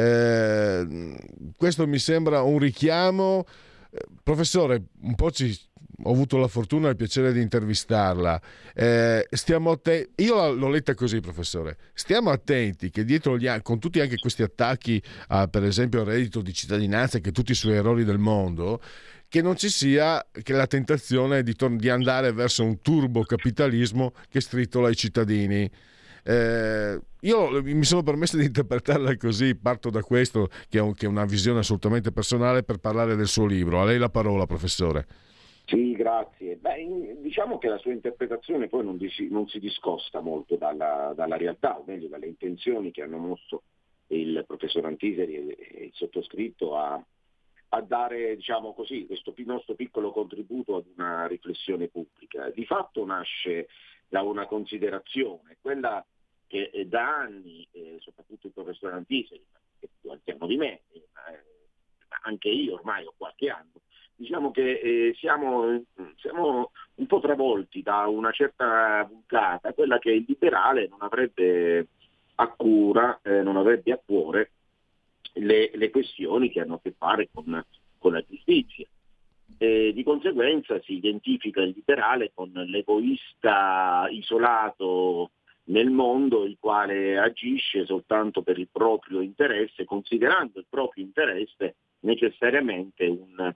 Eh, questo mi sembra un richiamo. Professore, un po' ci ho avuto la fortuna e il piacere di intervistarla. Eh, stiamo te- Io l'ho letta così, professore. Stiamo attenti che dietro gli con tutti anche questi attacchi a, per esempio, al reddito di cittadinanza, che tutti sugli errori del mondo, che non ci sia che la tentazione di, tor- di andare verso un turbocapitalismo che strittola i cittadini. Eh, io mi sono permesso di interpretarla così, parto da questo, che è, un, che è una visione assolutamente personale, per parlare del suo libro. A lei la parola, professore.
Sì, grazie. Beh, diciamo che la sua interpretazione poi non, dis- non si discosta molto dalla, dalla realtà, o meglio dalle intenzioni che hanno mosso il professor Antiseri e, e il sottoscritto a, a dare, diciamo così, questo nostro piccolo contributo ad una riflessione pubblica. Di fatto nasce da una considerazione, quella che eh, da anni, eh, soprattutto il professor Antiseri, che è più anziano di me, eh, anche io ormai ho qualche anno, diciamo che eh, siamo, siamo un po' travolti da una certa vulgata, quella che il liberale non avrebbe a cura, eh, non avrebbe a cuore le, le questioni che hanno a che fare con, con la giustizia. E di conseguenza si identifica il liberale con l'egoista isolato nel mondo, il quale agisce soltanto per il proprio interesse, considerando il proprio interesse necessariamente un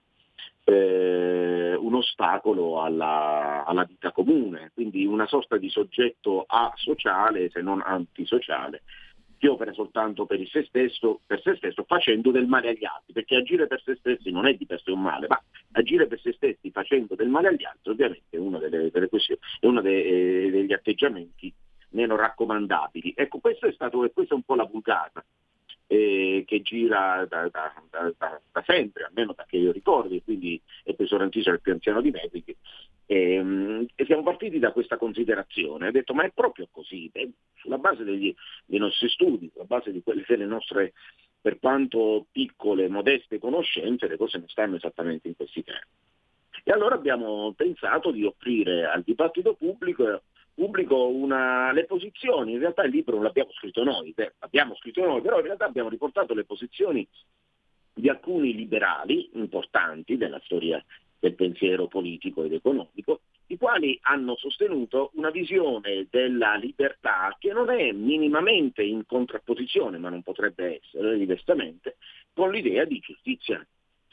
Eh, un ostacolo alla, alla vita comune, quindi una sorta di soggetto asociale, se non antisociale, che opera soltanto per se stesso, per se stesso, facendo del male agli altri, perché agire per se stessi non è di per sé un male, ma agire per se stessi facendo del male agli altri ovviamente è una delle, delle questioni, è uno dei, degli atteggiamenti meno raccomandabili. Ecco, questo è stato, questa è un po' la vulgata Eh, che gira da, da, da, da, da sempre, almeno da che io ricordi, quindi il professor Antiseri è il più anziano di me, quindi, ehm, e siamo partiti da questa considerazione. Ho detto, ma è proprio così? Beh, sulla base degli, dei nostri studi, sulla base di quelle delle nostre, per quanto piccole, modeste conoscenze, le cose non stanno esattamente in questi termini. E allora abbiamo pensato di offrire al dibattito pubblico pubblico una, le posizioni. In realtà il libro non l'abbiamo scritto noi, beh, l'abbiamo scritto noi, però in realtà abbiamo riportato le posizioni di alcuni liberali importanti della storia del pensiero politico ed economico, i quali hanno sostenuto una visione della libertà che non è minimamente in contrapposizione, ma non potrebbe essere diversamente, con l'idea di giustizia.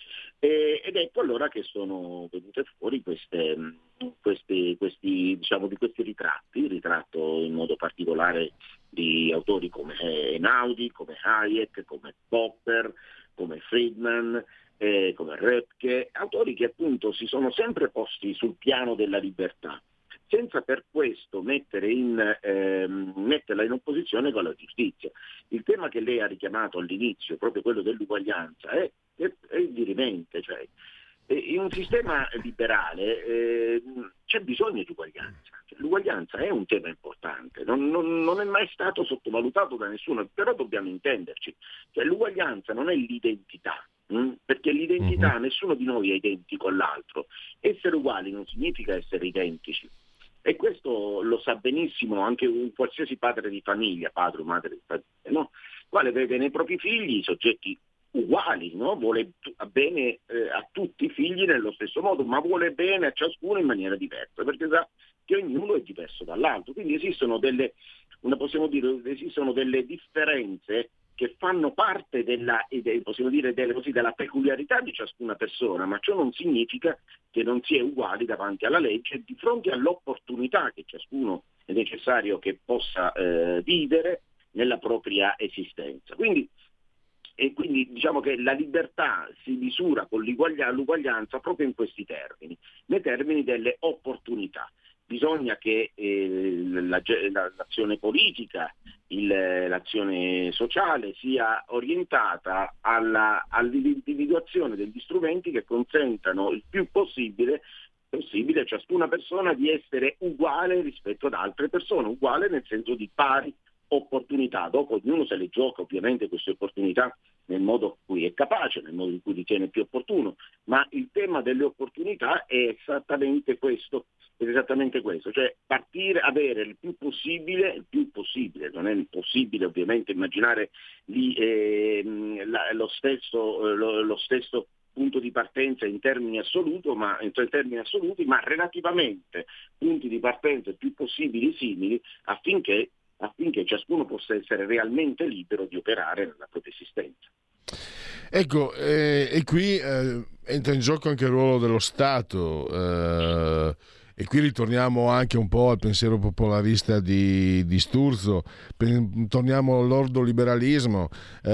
E, ed ecco allora che sono venute fuori queste, questi, questi, diciamo, di questi ritratti, il ritratto in modo particolare di autori come Einaudi, come Hayek, come Popper, come Friedman, eh, come Röpke, autori che appunto si sono sempre posti sul piano della libertà, senza per questo mettere in, ehm, metterla in opposizione con la giustizia. Il tema che lei ha richiamato all'inizio, proprio quello dell'uguaglianza, è, è, è dirimente, cioè in un sistema liberale eh, c'è bisogno di uguaglianza. Cioè, l'uguaglianza è un tema importante, non, non, non è mai stato sottovalutato da nessuno, però dobbiamo intenderci. Cioè, l'uguaglianza non è l'identità, mh? Perché l'identità, mm-hmm. nessuno di noi è identico all'altro. Essere uguali non significa essere identici. E questo lo sa benissimo anche un qualsiasi padre di famiglia, padre o madre di famiglia, no? Quale vede nei propri figli i soggetti uguali, no? Vuole bene eh, a tutti i figli nello stesso modo, ma vuole bene a ciascuno in maniera diversa, perché sa che ognuno è diverso dall'altro. Quindi esistono delle, una possiamo dire, esistono delle differenze che fanno parte della, possiamo dire, delle, così, della peculiarità di ciascuna persona, ma ciò non significa che non si è uguali davanti alla legge di fronte all'opportunità che ciascuno è necessario che possa eh, vivere nella propria esistenza. Quindi, e quindi diciamo che la libertà si misura con l'uguaglianza proprio in questi termini, nei termini delle opportunità. Bisogna che eh, la, la, l'azione politica, il, l'azione sociale sia orientata alla, all'individuazione degli strumenti che consentano il più possibile, possibile a ciascuna persona di essere uguale rispetto ad altre persone, uguale nel senso di pari opportunità. Dopo ognuno se le gioca ovviamente queste opportunità nel modo in cui è capace, nel modo in cui ritiene più opportuno, ma il tema delle opportunità è esattamente questo, è esattamente questo, cioè partire, avere il più possibile, il più possibile, non è possibile ovviamente immaginare lì, eh, la, lo stesso, eh, lo, lo stesso punto di partenza in termini assoluti, ma in termini assoluti, ma relativamente punti di partenza il più possibili simili affinché affinché ciascuno possa essere realmente libero di operare nella propria esistenza.
Ecco, eh, e qui eh, entra in gioco anche il ruolo dello Stato, eh, e qui ritorniamo anche un po' al pensiero popolarista di, di Sturzo, torniamo all'ordoliberalismo,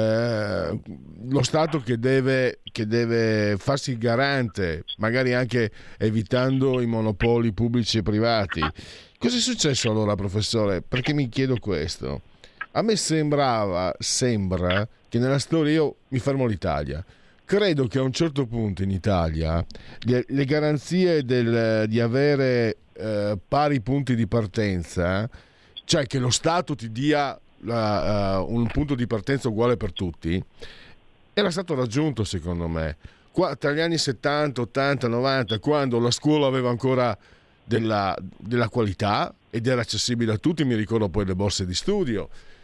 eh, lo Stato che deve, che deve farsi garante, magari anche evitando i monopoli pubblici e privati. Cosa è successo allora, professore? Perché mi chiedo questo. A me sembrava, sembra, che nella storia, io mi fermo all'Italia, credo che a un certo punto in Italia le, le garanzie del, di avere eh, pari punti di partenza, cioè che lo Stato ti dia la, uh, un punto di partenza uguale per tutti, era stato raggiunto secondo me. Qua, tra gli anni settanta, ottanta, novanta, quando la scuola aveva ancora Della, della qualità ed era accessibile a tutti, mi ricordo poi le borse di studio,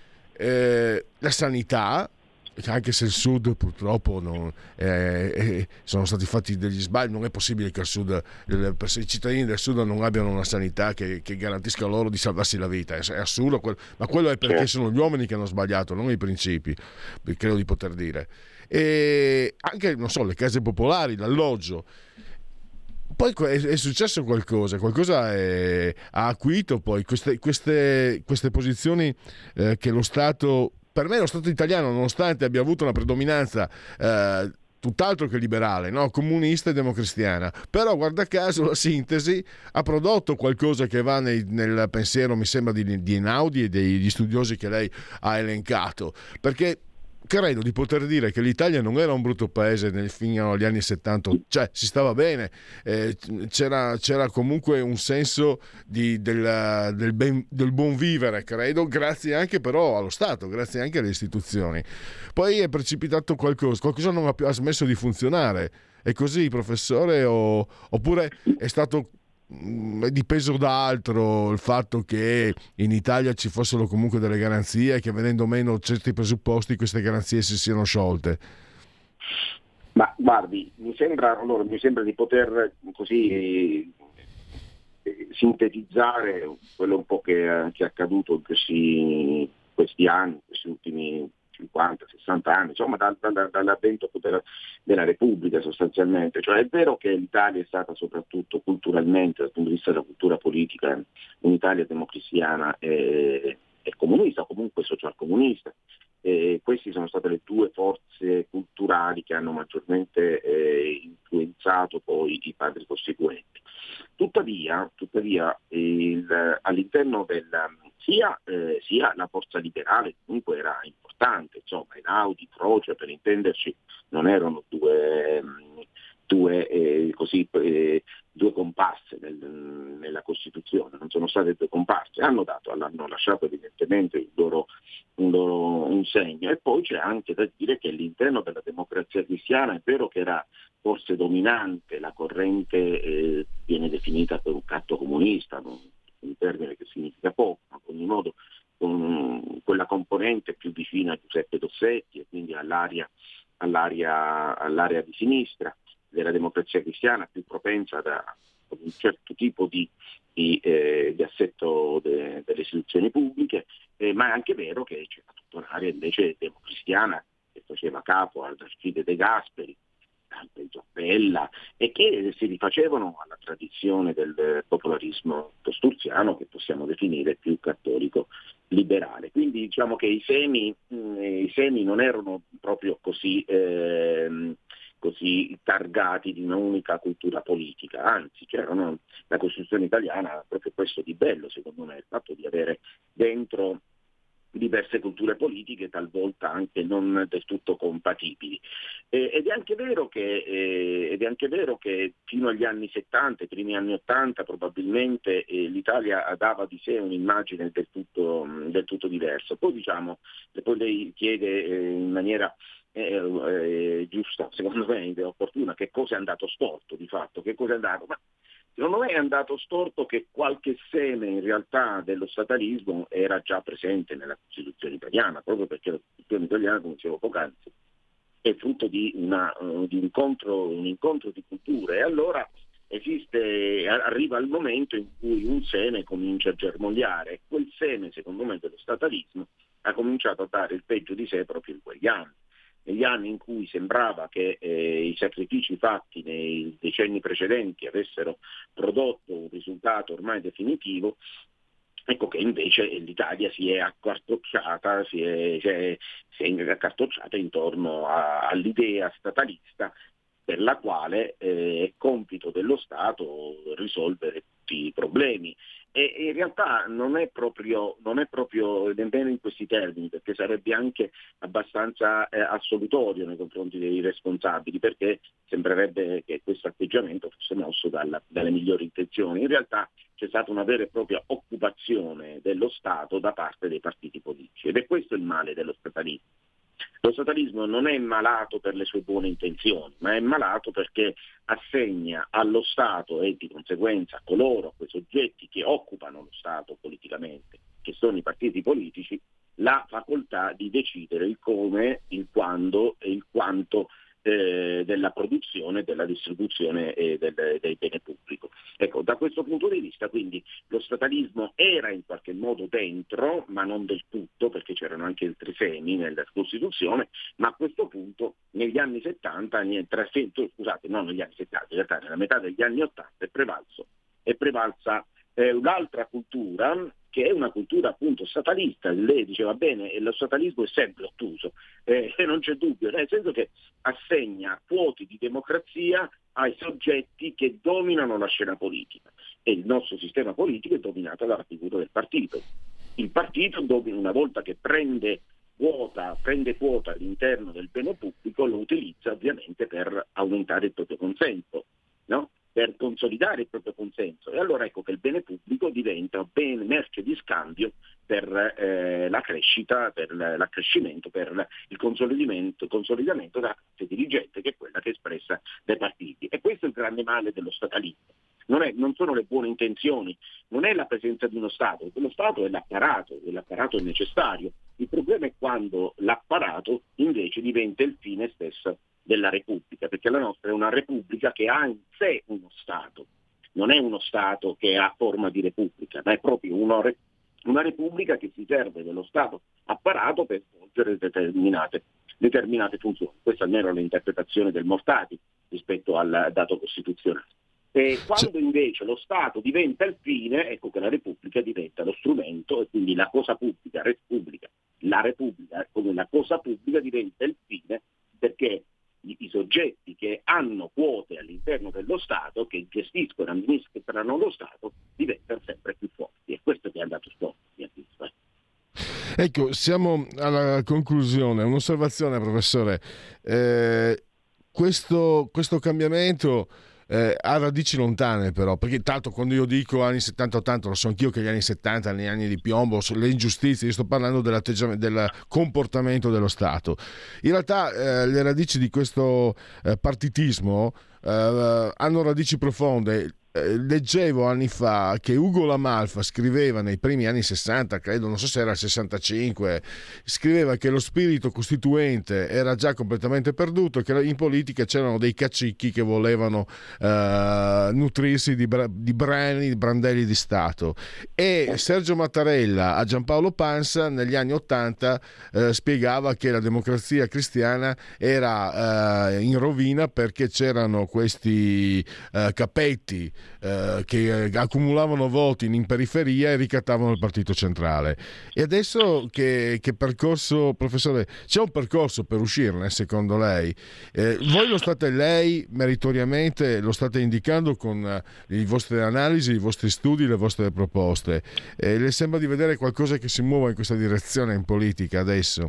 eh, la sanità, anche se il Sud purtroppo non, eh, eh, sono stati fatti degli sbagli, non è possibile che il Sud, il, i cittadini del Sud non abbiano una sanità che, che garantisca loro di salvarsi la vita, è, è assurdo, quel, ma quello è perché sono gli uomini che hanno sbagliato, non i principi, credo di poter dire. E anche, non so, le case popolari, l'alloggio. Poi è successo qualcosa, qualcosa è, ha acuito poi queste, queste, queste posizioni eh, che lo Stato, per me lo Stato italiano, nonostante abbia avuto una predominanza eh, tutt'altro che liberale, no? Comunista e democristiana, però guarda caso la sintesi ha prodotto qualcosa che va nei, nel pensiero, mi sembra, di, di Einaudi e degli studiosi che lei ha elencato, perché credo di poter dire che l'Italia non era un brutto paese nel, fino agli anni settanta, cioè si stava bene, eh, c'era, c'era comunque un senso di, del, del, ben, del buon vivere, credo, grazie anche però allo Stato, grazie anche alle istituzioni. Poi è precipitato qualcosa, qualcosa non ha, più, ha smesso di funzionare. È così, professore, o, oppure è stato è dipeso da altro il fatto che in Italia ci fossero comunque delle garanzie e che venendo meno certi presupposti queste garanzie si siano sciolte?
Ma guardi, mi sembra, allora, mi sembra di poter così eh, sintetizzare quello un po' che, che è accaduto in questi, questi anni, questi ultimi cinquanta sessanta anni, insomma da, da, dall'avvento della, della Repubblica sostanzialmente. Cioè è vero che l'Italia è stata soprattutto culturalmente, dal punto di vista della cultura politica, un'Italia democristiana e, e comunista, comunque socialcomunista. E queste sono state le due forze culturali che hanno maggiormente eh, influenzato poi i padri costituenti. Tuttavia, tuttavia il, all'interno del sia, eh, sia la forza liberale comunque era importante, insomma Einaudi, Croce, per intenderci, non erano due, due, eh, così, eh, due comparse nel, nella Costituzione, non sono state due comparse, hanno, dato, hanno lasciato evidentemente il loro, un, loro, un segno. E poi c'è anche da dire che all'interno della Democrazia Cristiana è vero che era forse dominante la corrente, eh, viene definita per un catto comunista, un termine che significa poco, ma ad ogni modo con quella componente più vicina a Giuseppe Dossetti e quindi all'area, all'area, all'area di sinistra della Democrazia Cristiana, più propensa da un certo tipo di, di, eh, di assetto de, delle istituzioni pubbliche, eh, ma è anche vero che c'era tutta un'area invece democristiana che faceva capo ad Alcide De Gasperi, Zappella, e che si rifacevano alla tradizione del popolarismo costruzziano, che possiamo definire più cattolico liberale. Quindi diciamo che i semi, mh, i semi non erano proprio così, eh, così targati di un'unica cultura politica, anzi c'erano, la Costituzione italiana ha proprio questo di bello, secondo me, il fatto di avere dentro diverse culture politiche, talvolta anche non del tutto compatibili. Eh, ed è anche vero che, eh, ed è anche vero che fino agli anni settanta, i primi anni ottanta, probabilmente eh, l'Italia dava di sé un'immagine del tutto, del tutto diversa. Poi diciamo, poi lei chiede eh, in maniera eh, eh, giusta, secondo me è opportuna, che cosa è andato storto di fatto, che cosa è andato. Ma secondo me è andato storto che qualche seme in realtà dello statalismo era già presente nella Costituzione italiana, proprio perché la Costituzione italiana, come dicevo poc'anzi, è frutto di, una, uh, di incontro, un incontro di culture, e allora esiste, arriva il momento in cui un seme comincia a germogliare. Quel seme, secondo me, dello statalismo ha cominciato a dare il peggio di sé proprio in quegli anni. Negli anni in cui sembrava che eh, i sacrifici fatti nei decenni precedenti avessero prodotto un risultato ormai definitivo, ecco che invece l'Italia si è accartocciata, si è, si è, si è accartocciata intorno a, all'idea statalista per la quale eh, è compito dello Stato risolvere tutti i problemi. E in realtà non è proprio, non è proprio nemmeno in questi termini, perché sarebbe anche abbastanza eh, assolutorio nei confronti dei responsabili, perché sembrerebbe che questo atteggiamento fosse mosso dalla, dalle migliori intenzioni. In realtà c'è stata una vera e propria occupazione dello Stato da parte dei partiti politici, ed è questo il male dello statalismo. Lo statalismo non è malato per le sue buone intenzioni, ma è malato perché assegna allo Stato e di conseguenza a coloro, a quei soggetti che occupano lo Stato politicamente, che sono i partiti politici, la facoltà di decidere il come, il quando e il quanto eh, della produzione, della distribuzione e del, del bene pubblico. Ecco, da questo punto di vista quindi lo statalismo era in qualche modo dentro, ma non del tutto, perché c'erano anche altri semi nella Costituzione, ma a questo punto negli anni settanta, scusate, non negli anni settanta, in realtà nella metà degli anni ottanta è prevalso, è prevalsa eh, un'altra cultura, che è una cultura appunto statalista. Lei diceva bene, lo statalismo è sempre ottuso, eh, non c'è dubbio, nel senso che assegna quote di democrazia ai soggetti che dominano la scena politica, e il nostro sistema politico è dominato dalla figura del partito. Il partito, una volta che prende quota, prende quota all'interno del bene pubblico, lo utilizza ovviamente per aumentare il proprio consenso, no? Per consolidare il proprio consenso, e allora ecco che il bene pubblico diventa bene, merce di scambio per eh, la crescita, per l'accrescimento, per il consolidamento, consolidamento della classe dirigente, che è quella che è espressa dai partiti. E questo è il grande male dello statalismo. Non, è, non sono le buone intenzioni, non è la presenza di uno Stato, lo Stato è l'apparato, e l'apparato è necessario. Il problema è quando l'apparato invece diventa il fine stesso della Repubblica, perché la nostra è una Repubblica che ha in sé uno Stato, non è uno Stato che ha forma di Repubblica, ma è proprio uno, una repubblica che si serve dello Stato apparato per svolgere determinate, determinate funzioni. Questa almeno è l'interpretazione del Mortati rispetto al dato costituzionale. E quando invece lo Stato diventa il fine, ecco che la Repubblica diventa lo strumento, e quindi la cosa pubblica, Repubblica, la Repubblica come la cosa pubblica diventa il fine, perché i, i soggetti che hanno quote all'interno dello Stato, che gestiscono e amministrano lo Stato, diventano sempre più forti. E questo che è andato storto, mi avviso.
Ecco, siamo alla conclusione. Un'osservazione, professore. Eh, questo, questo cambiamento Eh, ha radici lontane, però, perché tanto quando io dico anni settanta ottanta lo so anch'io che gli anni settanta, negli anni di piombo, le ingiustizie, io sto parlando dell'atteggiamento, del comportamento dello Stato. In realtà eh, le radici di questo eh, partitismo eh, hanno radici profonde. Leggevo anni fa che Ugo La Malfa scriveva nei primi anni sessanta, credo, non so se era il sessantacinque, scriveva che lo spirito costituente era già completamente perduto e che in politica c'erano dei cacicchi che volevano uh, nutrirsi di, bra- di brani, di brandelli di Stato. E Sergio Mattarella a Giampaolo Pansa negli anni ottanta uh, spiegava che la democrazia cristiana era uh, in rovina perché c'erano questi uh, capetti Eh, che accumulavano voti in periferia e ricattavano il partito centrale. E adesso che, che percorso, professore, c'è un percorso per uscirne secondo lei? Eh, voi lo state, lei meritoriamente lo state indicando con uh, le vostre analisi, i vostri studi, le vostre proposte. Eh, le sembra di vedere qualcosa che si muova in questa direzione in politica adesso?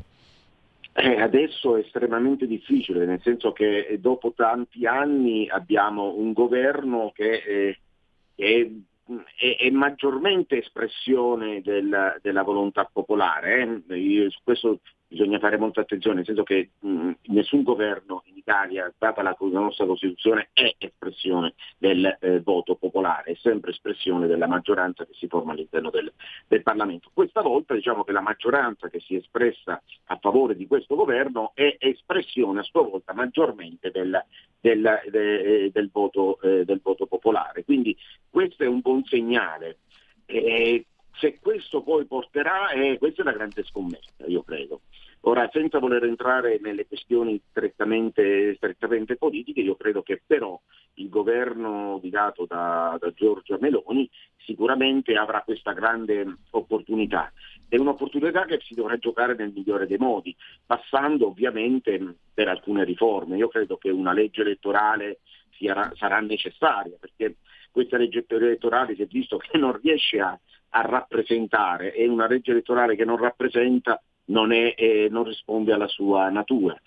Eh, adesso è estremamente difficile, nel senso che dopo tanti anni abbiamo un governo che è, è, è, è maggiormente espressione del, della volontà popolare. Eh? Io, su questo bisogna fare molta attenzione, nel senso che mh, nessun governo in Italia, data la, la nostra Costituzione, è espressione del eh, voto popolare, è sempre espressione della maggioranza che si forma all'interno del, del Parlamento. Questa volta diciamo che la maggioranza che si è espressa a favore di questo governo è espressione a sua volta maggiormente del, del, de, del, voto, eh, del voto popolare. Quindi questo è un buon segnale. Eh, Se questo poi porterà, eh, questa è la grande scommessa, io credo. Ora, senza voler entrare nelle questioni strettamente, strettamente politiche, io credo che però il governo guidato da, da Giorgia Meloni sicuramente avrà questa grande opportunità. È un'opportunità che si dovrà giocare nel migliore dei modi, passando ovviamente per alcune riforme. Io credo che una legge elettorale sia, sarà necessaria, perché questa legge elettorale si è visto che non riesce a a rappresentare, e una legge elettorale che non rappresenta non, è, eh, non risponde alla sua natura.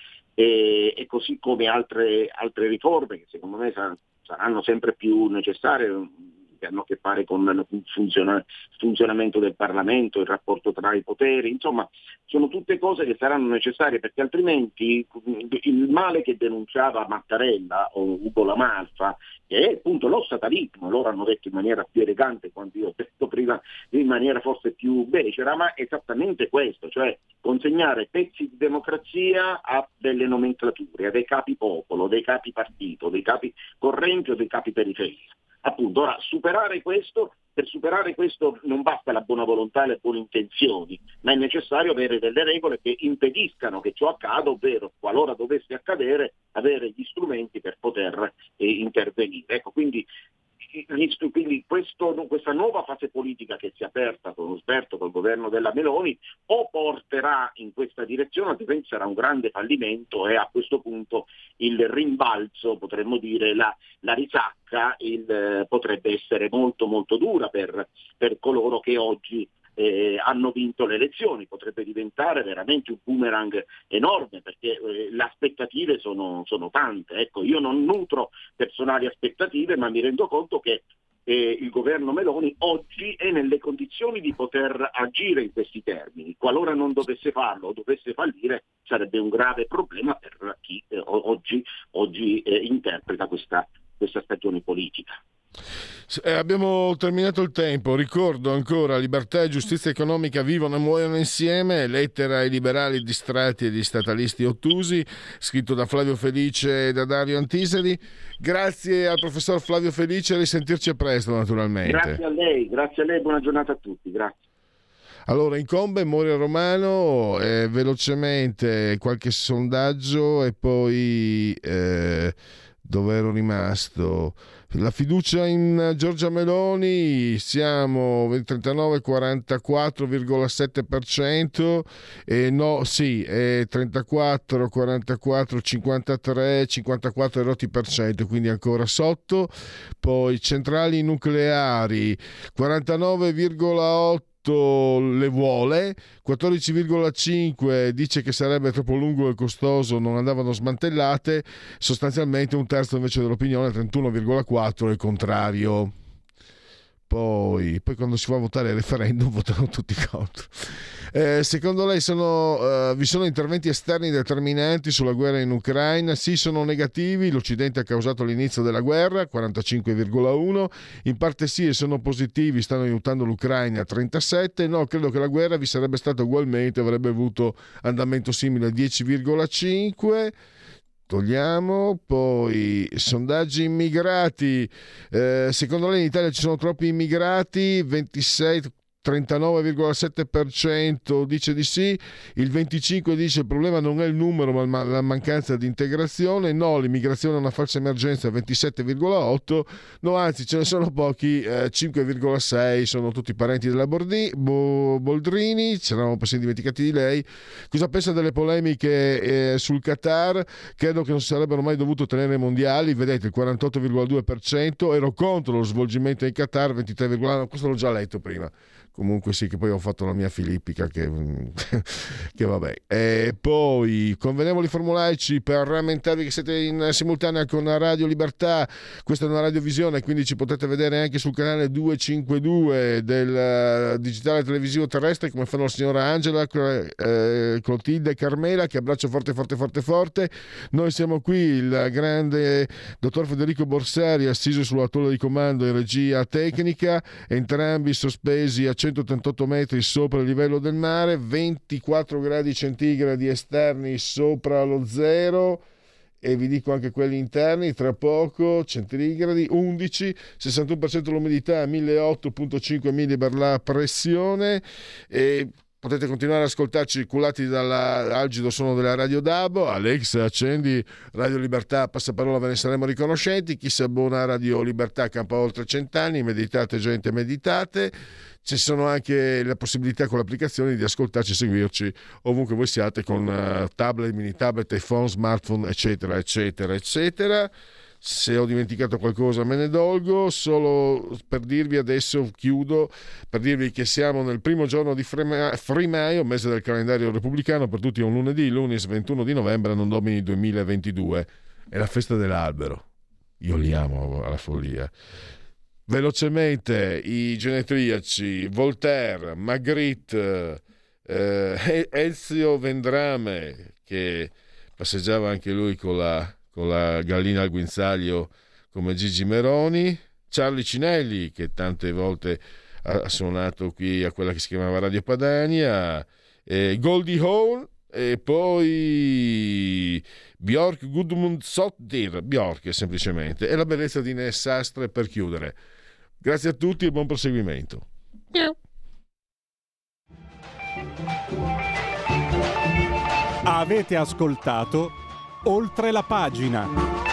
E, e così come altre, altre riforme che secondo me sar- saranno sempre più necessarie, che hanno a che fare con il funziona- funzionamento del Parlamento, il rapporto tra i poteri, insomma sono tutte cose che saranno necessarie, perché altrimenti il male che denunciava Mattarella o Ugo La Malfa, che è appunto lo statalismo, loro hanno detto in maniera più elegante, quando io ho detto prima in maniera forse più becera, ma è esattamente questo, cioè consegnare pezzi di democrazia a delle nomenclature, a dei capi popolo, dei capi partito, dei capi correnti o dei capi periferia. Appunto, ora superare questo, per superare questo non basta la buona volontà e le buone intenzioni, ma è necessario avere delle regole che impediscano che ciò accada, ovvero qualora dovesse accadere avere gli strumenti per poter eh, intervenire. Ecco, quindi, quindi questo, questa nuova fase politica che si è aperta con lo sberto col governo della Meloni o porterà in questa direzione, altrimenti sarà un grande fallimento, e a questo punto il rimbalzo, potremmo dire la, la risacca, il, eh, potrebbe essere molto molto dura per, per coloro che oggi Eh, hanno vinto le elezioni. Potrebbe diventare veramente un boomerang enorme, perché eh, le aspettative sono, sono tante. Ecco, io non nutro personali aspettative, ma mi rendo conto che eh, il governo Meloni oggi è nelle condizioni di poter agire in questi termini. Qualora non dovesse farlo o dovesse fallire, sarebbe un grave problema per chi eh, oggi, oggi eh, interpreta questa, questa stagione politica.
Eh, abbiamo terminato il tempo. Ricordo ancora: libertà e giustizia economica vivono e muoiono insieme, lettera ai liberali distratti e agli statalisti ottusi, scritto da Flavio Felice e da Dario Antiseri. Grazie al professor Flavio Felice, a risentirci a presto naturalmente.
Grazie a lei, grazie a lei, buona giornata a tutti, grazie.
Allora, incombe Moria Romano, eh, velocemente qualche sondaggio e poi eh, dove ero rimasto? La fiducia in Giorgia Meloni, siamo trentanove quarantaquattro virgola sette per cento e no, sì, è trentaquattro quarantaquattro cinquantatré cinquantaquattro erotti per cento, quindi ancora sotto. Poi centrali nucleari quarantanove virgola otto le vuole, quattordici virgola cinque dice che sarebbe troppo lungo e costoso, non andavano smantellate, sostanzialmente un terzo invece dell'opinione, trentuno virgola quattro è il contrario. Poi, poi quando si va a votare il referendum votano tutti contro. Eh, secondo lei sono, uh, vi sono interventi esterni determinanti sulla guerra in Ucraina? Sì, sono negativi, l'Occidente ha causato l'inizio della guerra, quarantacinque virgola uno, in parte sì e sono positivi, stanno aiutando l'Ucraina, trentasette, no, credo che la guerra vi sarebbe stata ugualmente, avrebbe avuto andamento simile, dieci virgola cinque. Togliamo. Poi sondaggi immigrati, eh, secondo lei in Italia ci sono troppi immigrati? ventisei trentanove virgola sette per cento dice di sì, il venticinque per cento dice il problema non è il numero ma la mancanza di integrazione, no, l'immigrazione è una falsa emergenza, ventisette virgola otto per cento, no, anzi ce ne sono pochi, eh, cinque virgola sei per cento sono tutti parenti della Bordi, Bo, Boldrini, ci eravamo quasi dimenticati di lei. Cosa pensa delle polemiche eh, sul Qatar? Credo che non si sarebbero mai dovuto tenere i mondiali, vedete il quarantotto virgola due per cento, ero contro lo svolgimento in Qatar, ventitré virgola nove per cento, questo l'ho già letto prima. Comunque sì, che poi ho fatto la mia filippica che, che vabbè. E poi convenevoli formulaici per rammentarvi che siete in simultanea con Radio Libertà, questa è una radiovisione, quindi ci potete vedere anche sul canale duecentocinquantadue del uh, digitale televisivo terrestre, come fanno la signora Angela, eh, Clotilde e Carmela, che abbraccio forte forte forte forte. Noi siamo qui, il grande dottor Federico Borsari assiso sulla tolla di comando in regia tecnica, entrambi sospesi a centottantotto metri sopra il livello del mare, ventiquattro gradi centigradi esterni sopra lo zero, e vi dico anche quelli interni tra poco, centigradi, undici, sessantuno per cento l'umidità, milleottocento virgola cinque millibar la pressione. E potete continuare ad ascoltarci cullati dall'algido suono della Radio Dabo. Alexa, accendi Radio Libertà, passaparola, ve ne saremo riconoscenti. Chi si abbona a Radio Libertà campa oltre cent'anni, meditate gente, meditate. Ci sono anche la possibilità con l'applicazione di ascoltarci e seguirci ovunque voi siate con uh, tablet, mini tablet, iPhone, smartphone, eccetera, eccetera, eccetera. Se ho dimenticato qualcosa me ne dolgo, solo per dirvi adesso, chiudo, per dirvi che siamo nel primo giorno di Frimaio, mese del calendario repubblicano, per tutti è un lunedì, lunes ventuno di novembre, non domini duemilaventidue, è la festa dell'albero, io li amo alla follia. Velocemente i genetriaci: Voltaire, Magritte, eh, Ezio Vendrame, che passeggiava anche lui con la, con la gallina al guinzaglio come Gigi Meroni, Charlie Cinelli, che tante volte ha suonato qui a quella che si chiamava Radio Padania, eh, Goldie Hawn, e poi Björk Gudmundsdottir, Björk semplicemente, e la bellezza di Ines Sastre per chiudere. Grazie a tutti e buon proseguimento.
Avete ascoltato Oltre la pagina.